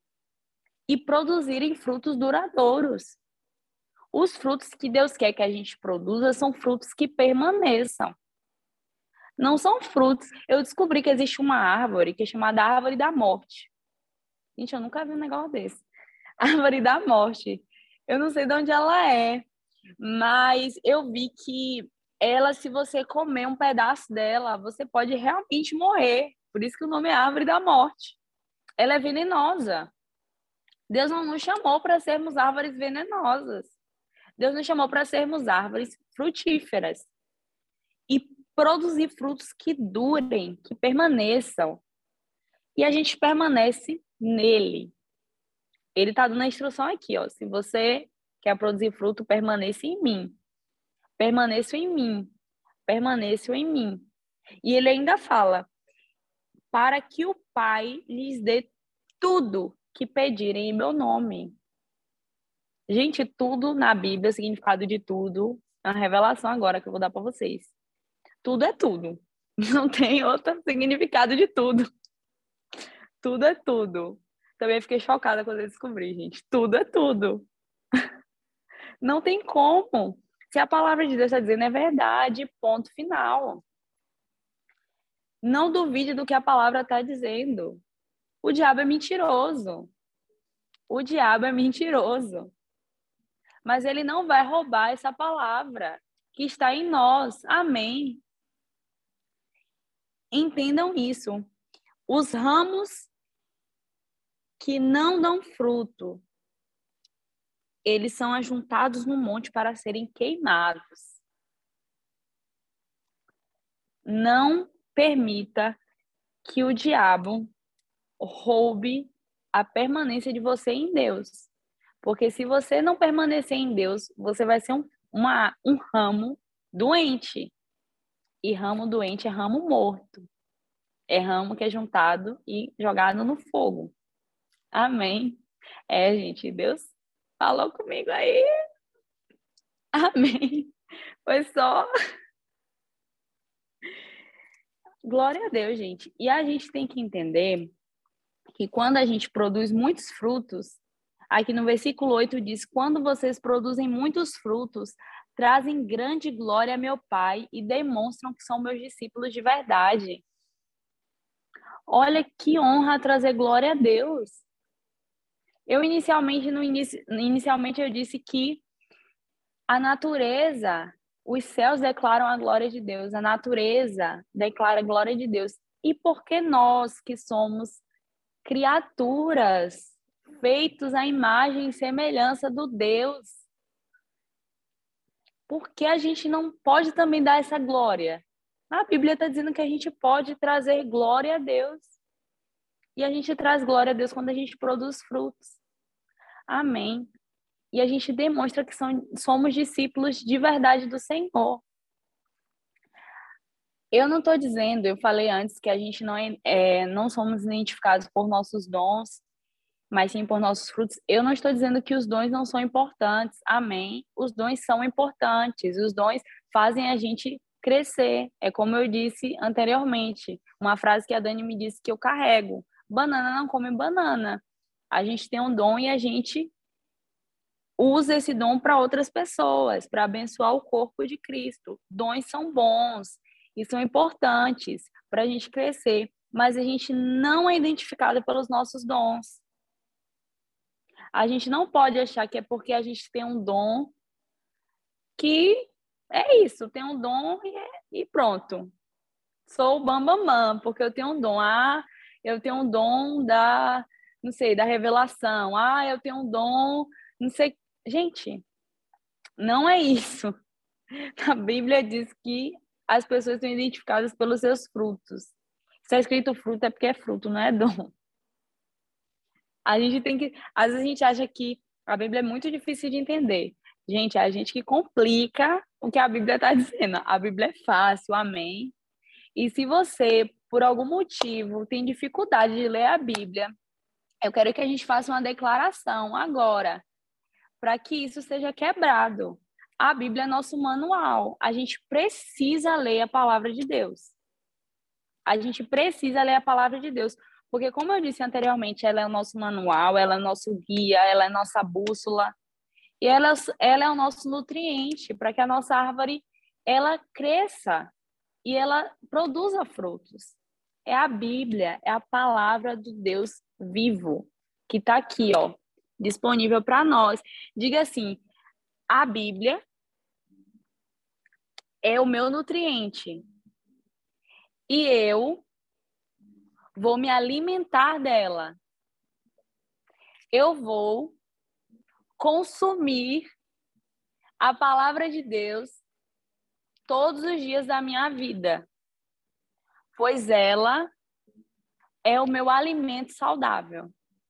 e produzirem frutos duradouros. Os frutos que Deus quer que a gente produza são frutos que permaneçam. Não são frutos... Eu descobri que existe uma árvore que é chamada árvore da morte. Gente, eu nunca vi um negócio desse. Árvore da morte. Eu não sei de onde ela é, mas eu vi que ela, se você comer um pedaço dela, você pode realmente morrer. Por isso que o nome é árvore da morte. Ela é venenosa. Deus não nos chamou para sermos árvores venenosas. Deus nos chamou para sermos árvores frutíferas. E produzir frutos que durem, que permaneçam. E a gente permanece nele. Ele está dando a instrução aqui, ó. Se você quer produzir fruto, permaneça em mim. Permaneça em mim. Permaneça em mim. E ele ainda fala, para que o Pai lhes dê tudo que pedirem em meu nome. Gente, tudo na Bíblia, o significado de tudo, é uma revelação agora que eu vou dar para vocês. tudo é tudo. Não tem outro significado de tudo. Tudo é tudo. Também fiquei chocada quando eu descobri, gente. Tudo é tudo. Não tem como. Se a palavra de Deus está dizendo é verdade, ponto final. Não duvide do que a palavra está dizendo. O diabo é mentiroso. O diabo é mentiroso. Mas ele não vai roubar essa palavra que está em nós. Amém. Entendam isso. Os ramos que não dão fruto, eles são ajuntados no monte para serem queimados. Não permita que o diabo roube a permanência de você em Deus. Porque se você não permanecer em Deus, você vai ser um, uma, um ramo doente. E ramo doente é ramo morto. É ramo que é juntado e jogado no fogo. Amém. É, gente, Deus falou comigo aí. Amém. Foi só. Glória a Deus, gente. E a gente tem que entender que quando a gente produz muitos frutos, aqui no versículo oito diz: quando vocês produzem muitos frutos, trazem grande glória a meu Pai e demonstram que são meus discípulos de verdade. Olha que honra trazer glória a Deus. Eu inicialmente, no início, inicialmente eu disse que a natureza, os céus declaram a glória de Deus, a natureza declara a glória de Deus. E por que nós, que somos criaturas, feitos à imagem e semelhança do Deus, por que a gente não pode também dar essa glória? A Bíblia está dizendo que a gente pode trazer glória a Deus. E a gente traz glória a Deus quando a gente produz frutos. Amém. E a gente demonstra que são, somos discípulos de verdade do Senhor. Eu não estou dizendo, eu falei antes que a gente não, é, é, não somos identificados por nossos dons, mas sim por nossos frutos. Eu não estou dizendo que os dons não são importantes. Amém. Os dons são importantes. Os dons fazem a gente crescer. É como eu disse anteriormente. Uma frase que a Dani me disse que eu carrego. Banana não come banana. A gente tem um dom e a gente usa esse dom para outras pessoas, para abençoar o corpo de Cristo. Dons são bons e são importantes para a gente crescer, mas a gente não é identificado pelos nossos dons. A gente não pode achar que é porque a gente tem um dom que é isso, tem um dom e, é, e pronto. Sou o bambambam, bam, bam, porque eu tenho um dom. Ah, eu tenho um dom da, não sei, da revelação. Ah, eu tenho um dom, não sei. Gente, não é isso. A Bíblia diz que as pessoas são identificadas pelos seus frutos. Se é escrito fruto, é porque é fruto, não é dom. A gente tem que... Às vezes a gente acha que a Bíblia é muito difícil de entender. Gente, é a gente que complica o que a Bíblia está dizendo. A Bíblia é fácil, amém? E se você, por algum motivo, tem dificuldade de ler a Bíblia, eu quero que a gente faça uma declaração agora, para que isso seja quebrado. A Bíblia é nosso manual. A gente precisa ler a palavra de Deus. A gente precisa ler a palavra de Deus. Porque, como eu disse anteriormente, ela é o nosso manual, ela é o nosso guia, ela é a nossa bússola. E ela, ela é o nosso nutriente para que a nossa árvore ela cresça e ela produza frutos. É a Bíblia, é a palavra do Deus vivo, que está aqui, ó, disponível para nós. Diga assim, a Bíblia é o meu nutriente e eu vou me alimentar dela. Eu vou consumir a palavra de Deus todos os dias da minha vida, pois ela é o meu alimento saudável.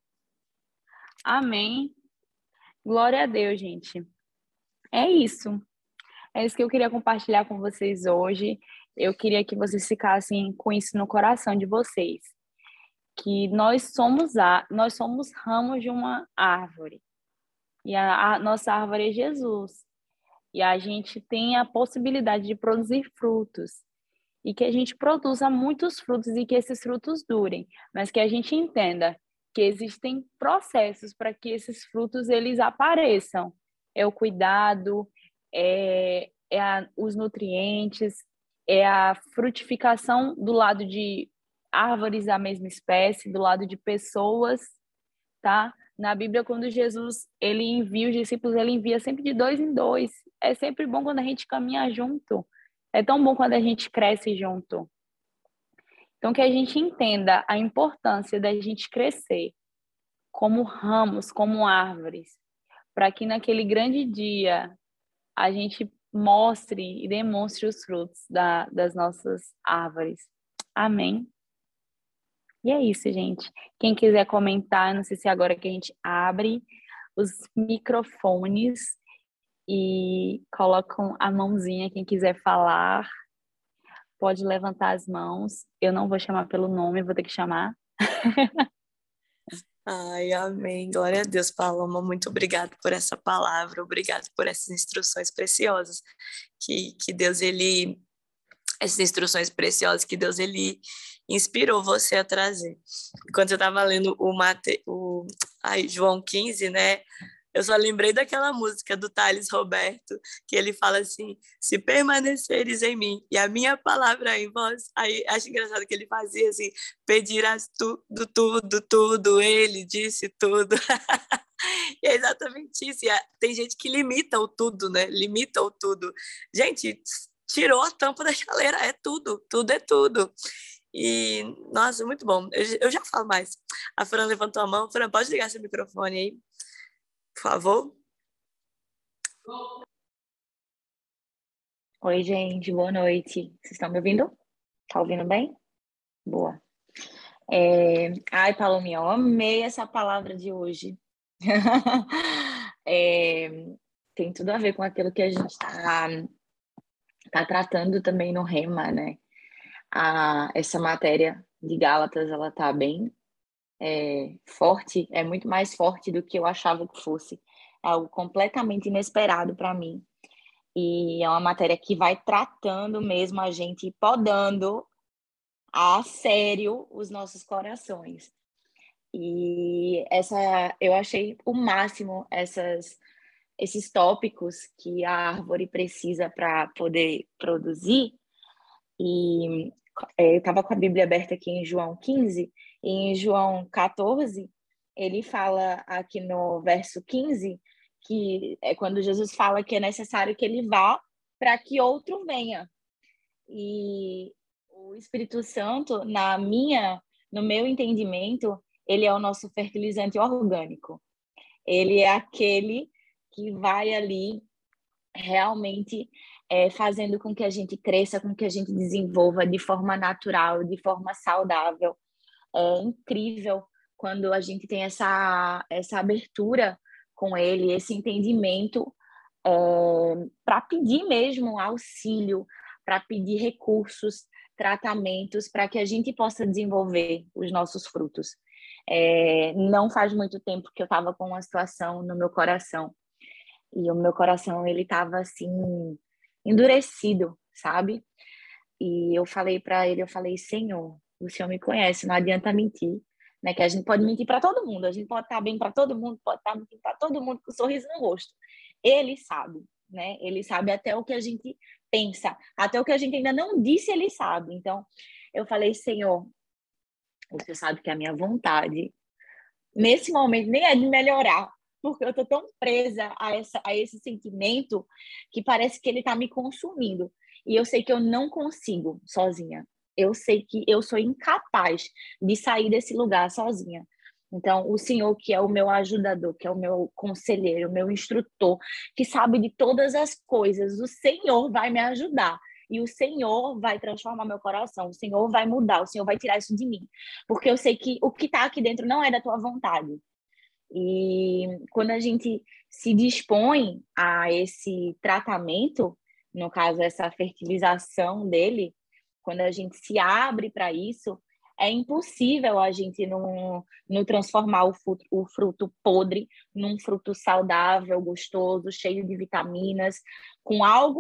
Amém. Glória a Deus, gente. É isso. É isso que eu queria compartilhar com vocês hoje. Eu queria que vocês ficassem com isso no coração de vocês. Que nós somos, a, nós somos ramos de uma árvore. E a, a nossa árvore é Jesus. E a gente tem a possibilidade de produzir frutos. e que a gente produza muitos frutos e que esses frutos durem, mas que a gente entenda que existem processos para que esses frutos eles apareçam. É o cuidado, é, é a, os nutrientes, é a frutificação do lado de árvores da mesma espécie, do lado de pessoas, tá? Na Bíblia, quando Jesus ele envia os discípulos, ele envia sempre de dois em dois. É sempre bom quando a gente caminha junto. É tão bom quando a gente cresce junto. Então, que a gente entenda a importância da gente crescer como ramos, como árvores, para que naquele grande dia a gente mostre e demonstre os frutos da, das nossas árvores. Amém? E é isso, gente. Quem quiser comentar, não sei se é agora que a gente abre os microfones e colocam a mãozinha, quem quiser falar, pode levantar as mãos. Eu não vou chamar pelo nome, vou ter que chamar. Ai, amém. Glória a Deus, Paloma. Muito obrigada por essa palavra, obrigada por essas instruções preciosas que, que Deus, ele... essas instruções preciosas que Deus, ele inspirou você a trazer. Quando você estava lendo o, Mate... o... Ai, João quinze, né? Eu só lembrei daquela música do Thales Roberto, que ele fala assim, se permaneceres em mim e a minha palavra em vós, aí acho engraçado que ele fazia assim, pedirás tudo, tudo, tudo, ele disse tudo. E é exatamente isso. E tem gente que limita o tudo, né? Limita o tudo. Gente, tirou a tampa da chaleira, é tudo, tudo é tudo. E, nossa, muito bom. Eu, eu já falo mais. A Fran levantou a mão. Fran, pode ligar seu microfone aí? Por favor. Oi, gente, boa noite. Vocês estão me ouvindo? Tá ouvindo bem? Boa. É... Ai, Palominha, eu amei essa palavra de hoje. é... Tem tudo a ver com aquilo que a gente está tá tratando também no Rema, né? A... Essa matéria de Gálatas, ela tá bem é... forte, é muito mais forte do que eu achava que fosse. É algo completamente inesperado para mim. E é uma matéria que vai tratando mesmo a gente, podando a sério os nossos corações. E essa, eu achei o máximo essas, esses tópicos que a árvore precisa para poder produzir. E é, eu estava com a Bíblia aberta aqui em João quinze, e em João quatorze, ele fala aqui no verso quinze, que é quando Jesus fala que é necessário que ele vá para que outro venha. E o Espírito Santo, na minha, no meu entendimento, ele é o nosso fertilizante orgânico. Ele é aquele que vai ali realmente é, fazendo com que a gente cresça, com que a gente desenvolva de forma natural, de forma saudável. É incrível quando a gente tem essa, essa abertura com ele, esse entendimento é, para pedir mesmo auxílio, para pedir recursos, tratamentos, para que a gente possa desenvolver os nossos frutos. É, não faz muito tempo que eu estava com uma situação no meu coração, e o meu coração ele estava assim endurecido, sabe? E eu falei para ele, eu falei, Senhor, o Senhor me conhece, não adianta mentir, né? Que a gente pode mentir para todo mundo, a gente pode estar bem para todo mundo, pode estar mentindo para todo mundo com um sorriso no rosto. Ele sabe, né? Ele sabe até o que a gente pensa, até o que a gente ainda não disse, ele sabe. Então, eu falei, Senhor, você sabe que a minha vontade, nesse momento, nem é de melhorar, porque eu estou tão presa a, essa, a esse sentimento que parece que ele está me consumindo. E eu sei que eu não consigo sozinha. Eu sei que eu sou incapaz de sair desse lugar sozinha. Então, o Senhor, que é o meu ajudador, que é o meu conselheiro, o meu instrutor, que sabe de todas as coisas, o Senhor vai me ajudar. E o Senhor vai transformar meu coração, o Senhor vai mudar, o Senhor vai tirar isso de mim. Porque eu sei que o que está aqui dentro não é da tua vontade. E quando a gente se dispõe a esse tratamento, no caso, essa fertilização dele, quando a gente se abre para isso, é impossível a gente não, não transformar o fruto, o fruto podre num fruto saudável, gostoso, cheio de vitaminas, com algo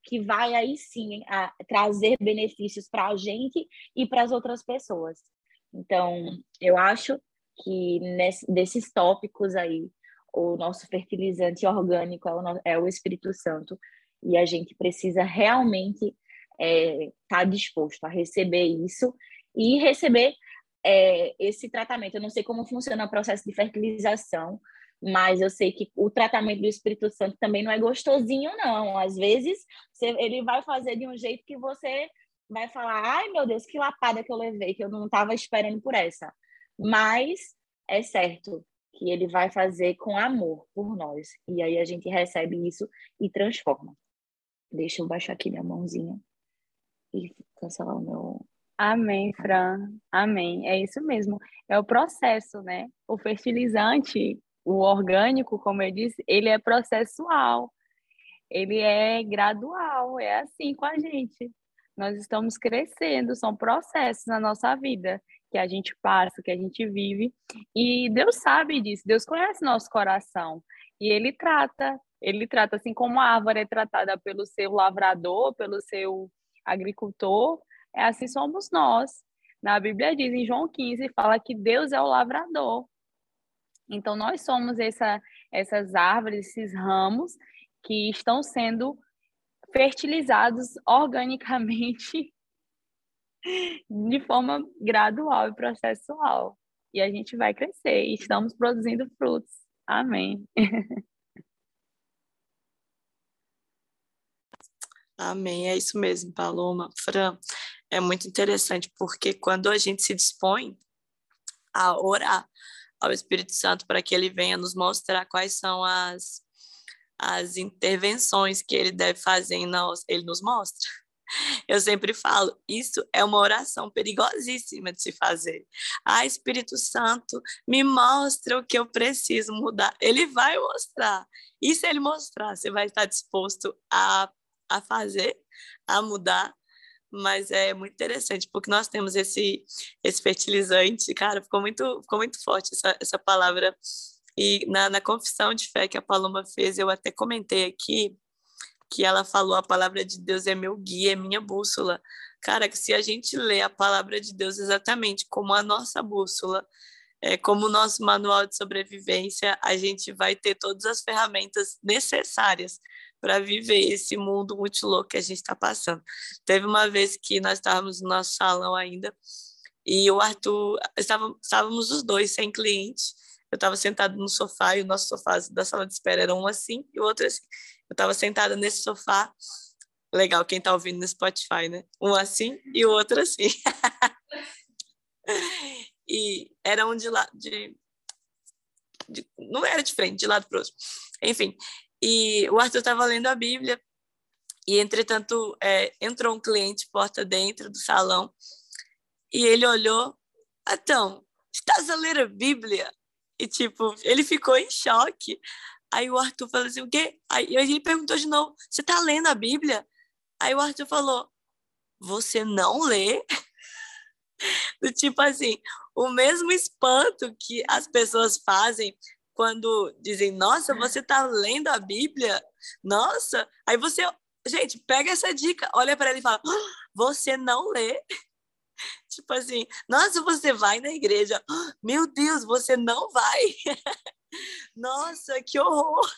que vai aí sim a, trazer benefícios para a gente e para as outras pessoas. Então, eu acho que nesse, desses tópicos aí, o nosso fertilizante orgânico é o, é o Espírito Santo, e a gente precisa realmente estar é, tá disposto a receber isso e receber é, esse tratamento. Eu não sei como funciona o processo de fertilização, mas eu sei que o tratamento do Espírito Santo também não é gostosinho, não. Às vezes, você, ele vai fazer de um jeito que você vai falar, ai, meu Deus, que lapada que eu levei, que eu não estava esperando por essa. Mas é certo que ele vai fazer com amor por nós. E aí a gente recebe isso e transforma. Deixa eu baixar aqui minha mãozinha e cancelar o meu... Amém, Fran. Amém. É isso mesmo. É o processo, né? O fertilizante, o orgânico, como eu disse, ele é processual. Ele é gradual. É assim com a gente. Nós estamos crescendo, são processos na nossa vida que a gente passa, que a gente vive. E Deus sabe disso. Deus conhece nosso coração. E Ele trata. Ele trata assim como a árvore é tratada pelo seu lavrador, pelo seu agricultor. É assim somos nós. Na Bíblia diz, em João quinze, fala que Deus é o lavrador. Então, nós somos essa, essas árvores, esses ramos que estão sendo fertilizados organicamente de forma gradual e processual. E a gente vai crescer e estamos produzindo frutos. Amém. Amém, é isso mesmo, Paloma. Fran, é muito interessante, porque quando a gente se dispõe a orar ao Espírito Santo para que ele venha nos mostrar quais são as, as intervenções que ele deve fazer em nós, ele nos mostra. Eu sempre falo, isso é uma oração perigosíssima de se fazer. Ah, Espírito Santo, me mostra o que eu preciso mudar. Ele vai mostrar. E se ele mostrar, você vai estar disposto a, a fazer, a mudar. Mas é muito interessante, porque nós temos esse, esse fertilizante, cara, ficou muito, ficou muito forte essa, essa palavra. E na, na confissão de fé que a Paloma fez, eu até comentei aqui, que ela falou, a palavra de Deus é meu guia, é minha bússola. Cara, que se a gente lê a palavra de Deus exatamente como a nossa bússola, é, como o nosso manual de sobrevivência, a gente vai ter todas as ferramentas necessárias para viver esse mundo muito louco que a gente está passando. Teve uma vez que nós estávamos no nosso salão ainda, e o Arthur, estávamos, estávamos os dois sem cliente, eu estava sentado no sofá, e o nosso sofá da sala de espera era um assim, e o outro assim. Eu estava sentada nesse sofá, legal, quem está ouvindo no Spotify, né? Um assim e o outro assim. E era um de lado, de, de, não era de frente, de lado para o outro. Enfim, e o Arthur estava lendo a Bíblia, e entretanto é, entrou um cliente porta dentro do salão, e ele olhou, então, estás a ler a Bíblia? E tipo, ele ficou em choque. Aí o Arthur falou assim, o quê? Aí ele perguntou de novo, você tá lendo a Bíblia? Aí o Arthur falou, você não lê? Do tipo assim, o mesmo espanto que as pessoas fazem quando dizem, nossa, você tá lendo a Bíblia? Nossa, aí você, gente, pega essa dica, olha para ele e fala, oh, você não lê? Tipo assim, nossa, você vai na igreja, oh, meu Deus, você não vai? Nossa, que horror!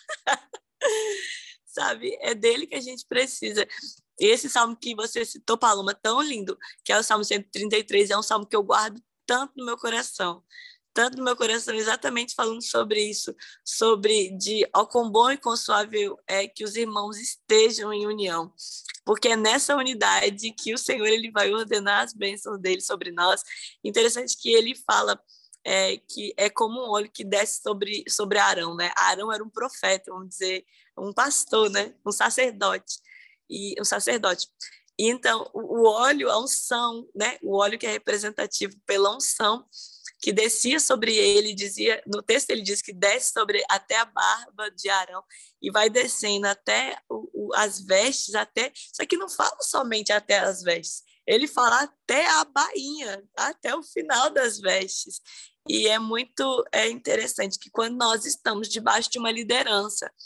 Sabe? É dele que a gente precisa. Esse salmo que você citou, Paloma, tão lindo, que é o Salmo cento e trinta e três, é um salmo que eu guardo tanto no meu coração. Tanto no meu coração, exatamente falando sobre isso, sobre de ó quão bom e quão suave é que os irmãos estejam em união, porque é nessa unidade que o Senhor ele vai ordenar as bênçãos dele sobre nós. Interessante que ele fala é, que é como um óleo que desce sobre, sobre Arão, né? Arão era um profeta, vamos dizer, um pastor, né? Um sacerdote, e um sacerdote. E então, o, o óleo, a unção, né? O óleo que é representativo pela unção, que descia sobre ele, dizia, no texto ele diz que desce sobre até a barba de Arão e vai descendo até o, o, as vestes, até, só que não fala somente até as vestes, ele fala até a bainha, até o final das vestes. E é muito é interessante que quando nós estamos debaixo de uma liderança,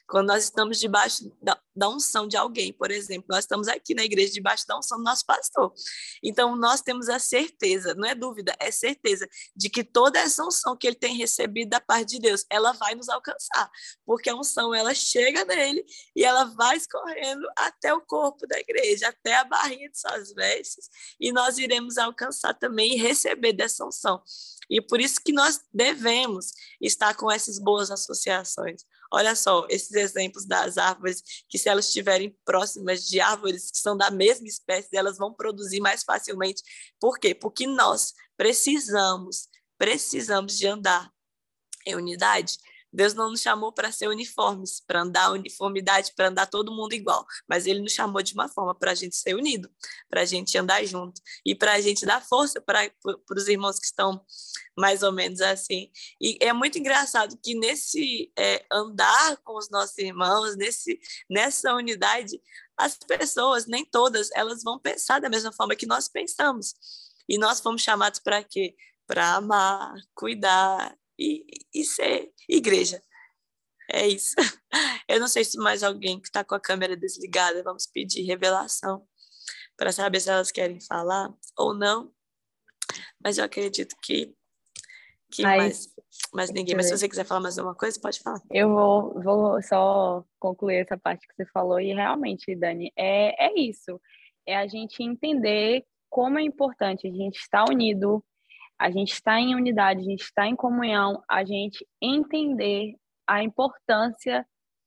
Quando nós estamos debaixo da, da unção de alguém, por exemplo, nós estamos aqui na igreja debaixo da unção do nosso pastor. Então, nós temos a certeza, não é dúvida, é certeza de que toda essa unção que ele tem recebido da parte de Deus, ela vai nos alcançar, porque a unção, ela chega nele e ela vai escorrendo até o corpo da igreja, até a barrinha de suas vestes, e nós iremos alcançar também e receber dessa unção. E por isso que nós devemos estar com essas boas associações. Olha só, esses exemplos das árvores, que se elas estiverem próximas de árvores que são da mesma espécie, elas vão produzir mais facilmente. Por quê? Porque nós precisamos, precisamos de andar em unidade. Deus não nos chamou para ser uniformes, para andar uniformidade, para andar todo mundo igual, mas ele nos chamou de uma forma para a gente ser unido, para a gente andar junto e para a gente dar força para os irmãos que estão mais ou menos assim. E é muito engraçado que nesse é, andar com os nossos irmãos, nesse, nessa unidade, as pessoas, nem todas, elas vão pensar da mesma forma que nós pensamos. E nós fomos chamados para quê? Para amar, cuidar, E, e ser igreja. É isso. Eu não sei se mais alguém que está com a câmera desligada, vamos pedir revelação para saber se elas querem falar ou não. Mas eu acredito que, que Mas, mais, mais ninguém. Mas se você quiser falar mais alguma coisa, pode falar. Eu vou, vou só concluir essa parte que você falou. E realmente, Dani, é, é isso. É a gente entender como é importante a gente estar unido, a gente está em unidade, a gente está em comunhão, a gente entender a importância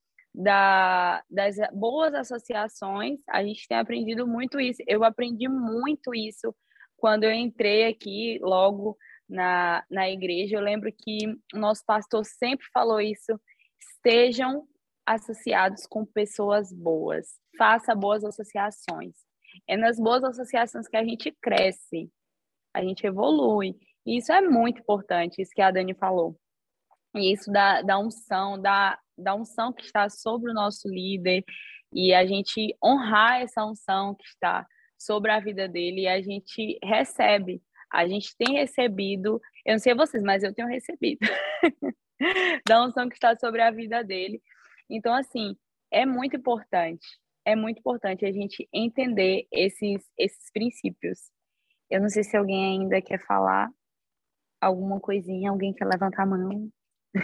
da, das boas associações. A gente tem aprendido muito isso. Eu aprendi muito isso quando eu entrei aqui logo na, na igreja. Eu lembro que o nosso pastor sempre falou isso: estejam associados com pessoas boas, faça boas associações. É nas boas associações que a gente cresce, a gente evolui. E isso é muito importante, isso que a Dani falou. E isso da, da unção, da, da unção que está sobre o nosso líder, e a gente honrar essa unção que está sobre a vida dele, e a gente recebe, a gente tem recebido, eu não sei vocês, mas eu tenho recebido, da unção que está sobre a vida dele. Então, assim, é muito importante, é muito importante a gente entender esses, esses princípios. Eu não sei se alguém ainda quer falar alguma coisinha, alguém quer levantar a mão.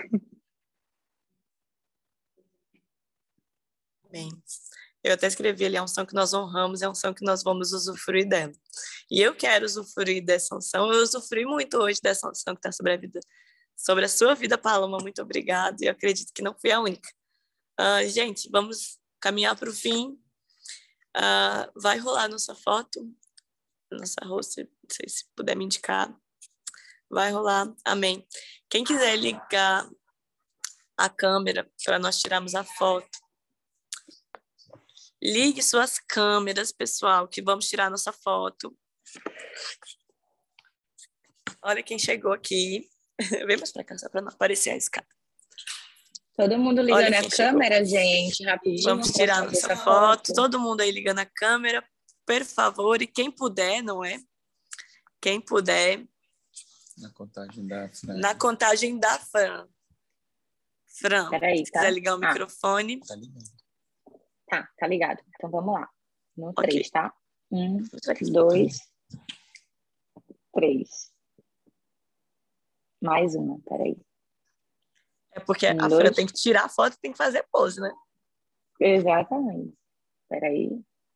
Bem, eu até escrevi ali, a unção que nós honramos é a unção que nós vamos usufruir dela. E eu quero usufruir dessa unção, eu usufruí muito hoje dessa unção que está sobre a vida, sobre a sua vida, Paloma, muito obrigada, e eu acredito que não fui a única. Uh, gente, vamos caminhar para o fim. Uh, vai rolar nossa foto, nossa rosto, não sei se puder me indicar. Vai rolar, amém. Quem quiser ligar a câmera para nós tirarmos a foto, ligue suas câmeras, pessoal, que vamos tirar nossa foto. Olha quem chegou aqui. Vem mais para cá, só para não aparecer a escada. Todo mundo ligando a câmera, chegou. Gente, rapidinho. Vamos tirar nossa foto. foto. Todo mundo aí ligando a câmera, por favor. E quem puder, não é? Quem puder... Na contagem da Fran. Na contagem da Fran. Fran, Peraí, se tá? quiser ligar o ah. microfone. Tá ligado. Tá, tá ligado. Então vamos lá. No Okay. três, tá? Um, dois, três. Mais uma, peraí. É porque um, a dois. Fran tem que tirar a foto e tem que fazer pose, né? Exatamente. Peraí.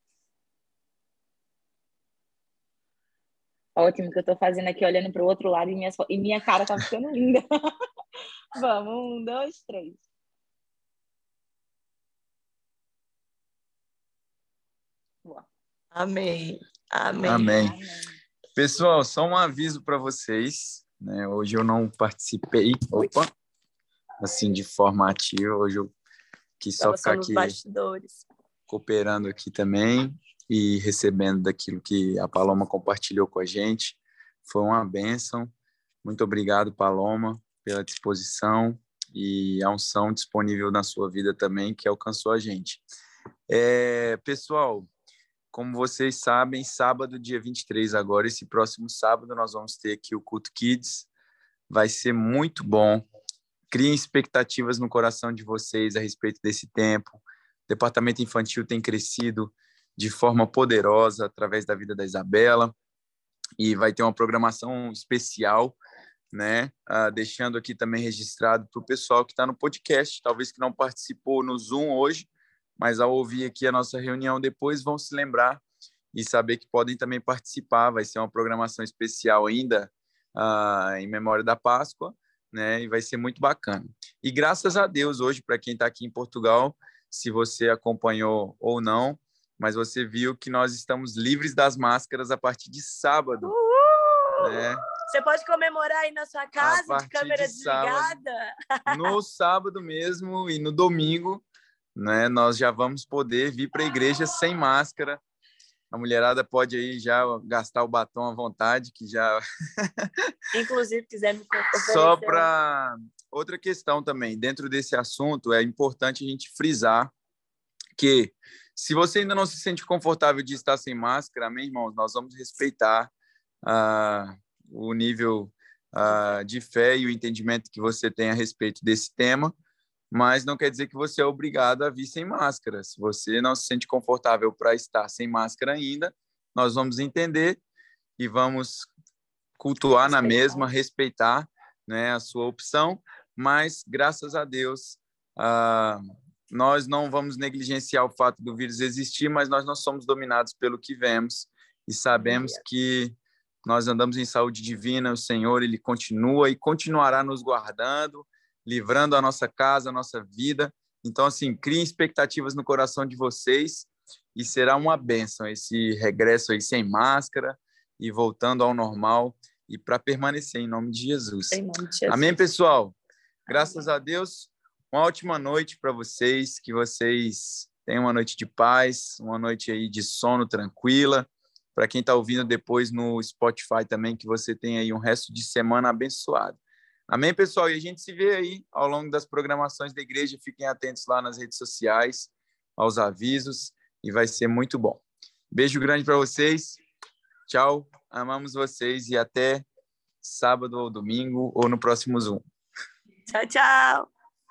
Ótimo que eu tô fazendo aqui, olhando para o outro lado e minha, e minha cara tá ficando linda. Vamos, um, dois, três. Boa. Amém. Amém. Amém. Amém. Pessoal, só um aviso para vocês, né? Hoje eu não participei, opa, assim, de forma ativa. Hoje eu quis só ficar aqui bastidores, cooperando aqui também e recebendo daquilo que a Paloma compartilhou com a gente. Foi uma bênção. Muito obrigado, Paloma, pela disposição e a unção disponível na sua vida também, que alcançou a gente. É, pessoal, como vocês sabem, sábado, dia vinte e três, agora, esse próximo sábado, nós vamos ter aqui o Culto Kids. Vai ser muito bom. criem expectativas no coração de vocês a respeito desse tempo. O departamento infantil tem crescido de forma poderosa através da vida da Isabela e vai ter uma programação especial, né? Uh, deixando aqui também registrado para o pessoal que está no podcast, talvez que não participou no Zoom hoje, mas ao ouvir aqui a nossa reunião depois vão se lembrar e saber que podem também participar. Vai ser uma programação especial ainda uh, em memória da Páscoa, né? E vai ser muito bacana. E graças a Deus hoje, para quem está aqui em Portugal, se você acompanhou ou não, mas você viu que nós estamos livres das máscaras a partir de sábado. Uhul! Né? Você pode comemorar aí na sua casa, de câmera de desligada? Sábado, no sábado mesmo e no domingo, né, nós já vamos poder vir para a igreja sem máscara. A mulherada pode aí já gastar o batom à vontade, que já... Inclusive, quiser me oferecer... Só para outra questão também, dentro desse assunto, é importante a gente frisar que se você ainda não se sente confortável de estar sem máscara, amém, irmãos, nós vamos respeitar ah, o nível ah, de fé e o entendimento que você tem a respeito desse tema, mas não quer dizer que você é obrigado a vir sem máscara. Se você não se sente confortável para estar sem máscara ainda, nós vamos entender e vamos cultuar respeitar. Na mesma, respeitar, né, a sua opção, mas, graças a Deus, ah, nós não vamos negligenciar o fato do vírus existir, mas nós não somos dominados pelo que vemos e sabemos que nós andamos em saúde divina, o Senhor, Ele continua e continuará nos guardando, livrando a nossa casa, a nossa vida. Então, assim, criem expectativas no coração de vocês e será uma bênção esse regresso aí sem máscara e voltando ao normal e para permanecer em nome de Jesus. Em nome de Jesus. Amém, pessoal? Graças Amém. A Deus. Uma ótima noite para vocês, que vocês tenham uma noite de paz, uma noite aí de sono tranquila. Para quem está ouvindo depois no Spotify também, que você tenha aí um resto de semana abençoado. Amém, pessoal? E a gente se vê aí ao longo das programações da igreja. Fiquem atentos lá nas redes sociais, aos avisos, e vai ser muito bom. Beijo grande para vocês. Tchau, amamos vocês e até sábado ou domingo ou no próximo Zoom. Tchau, tchau.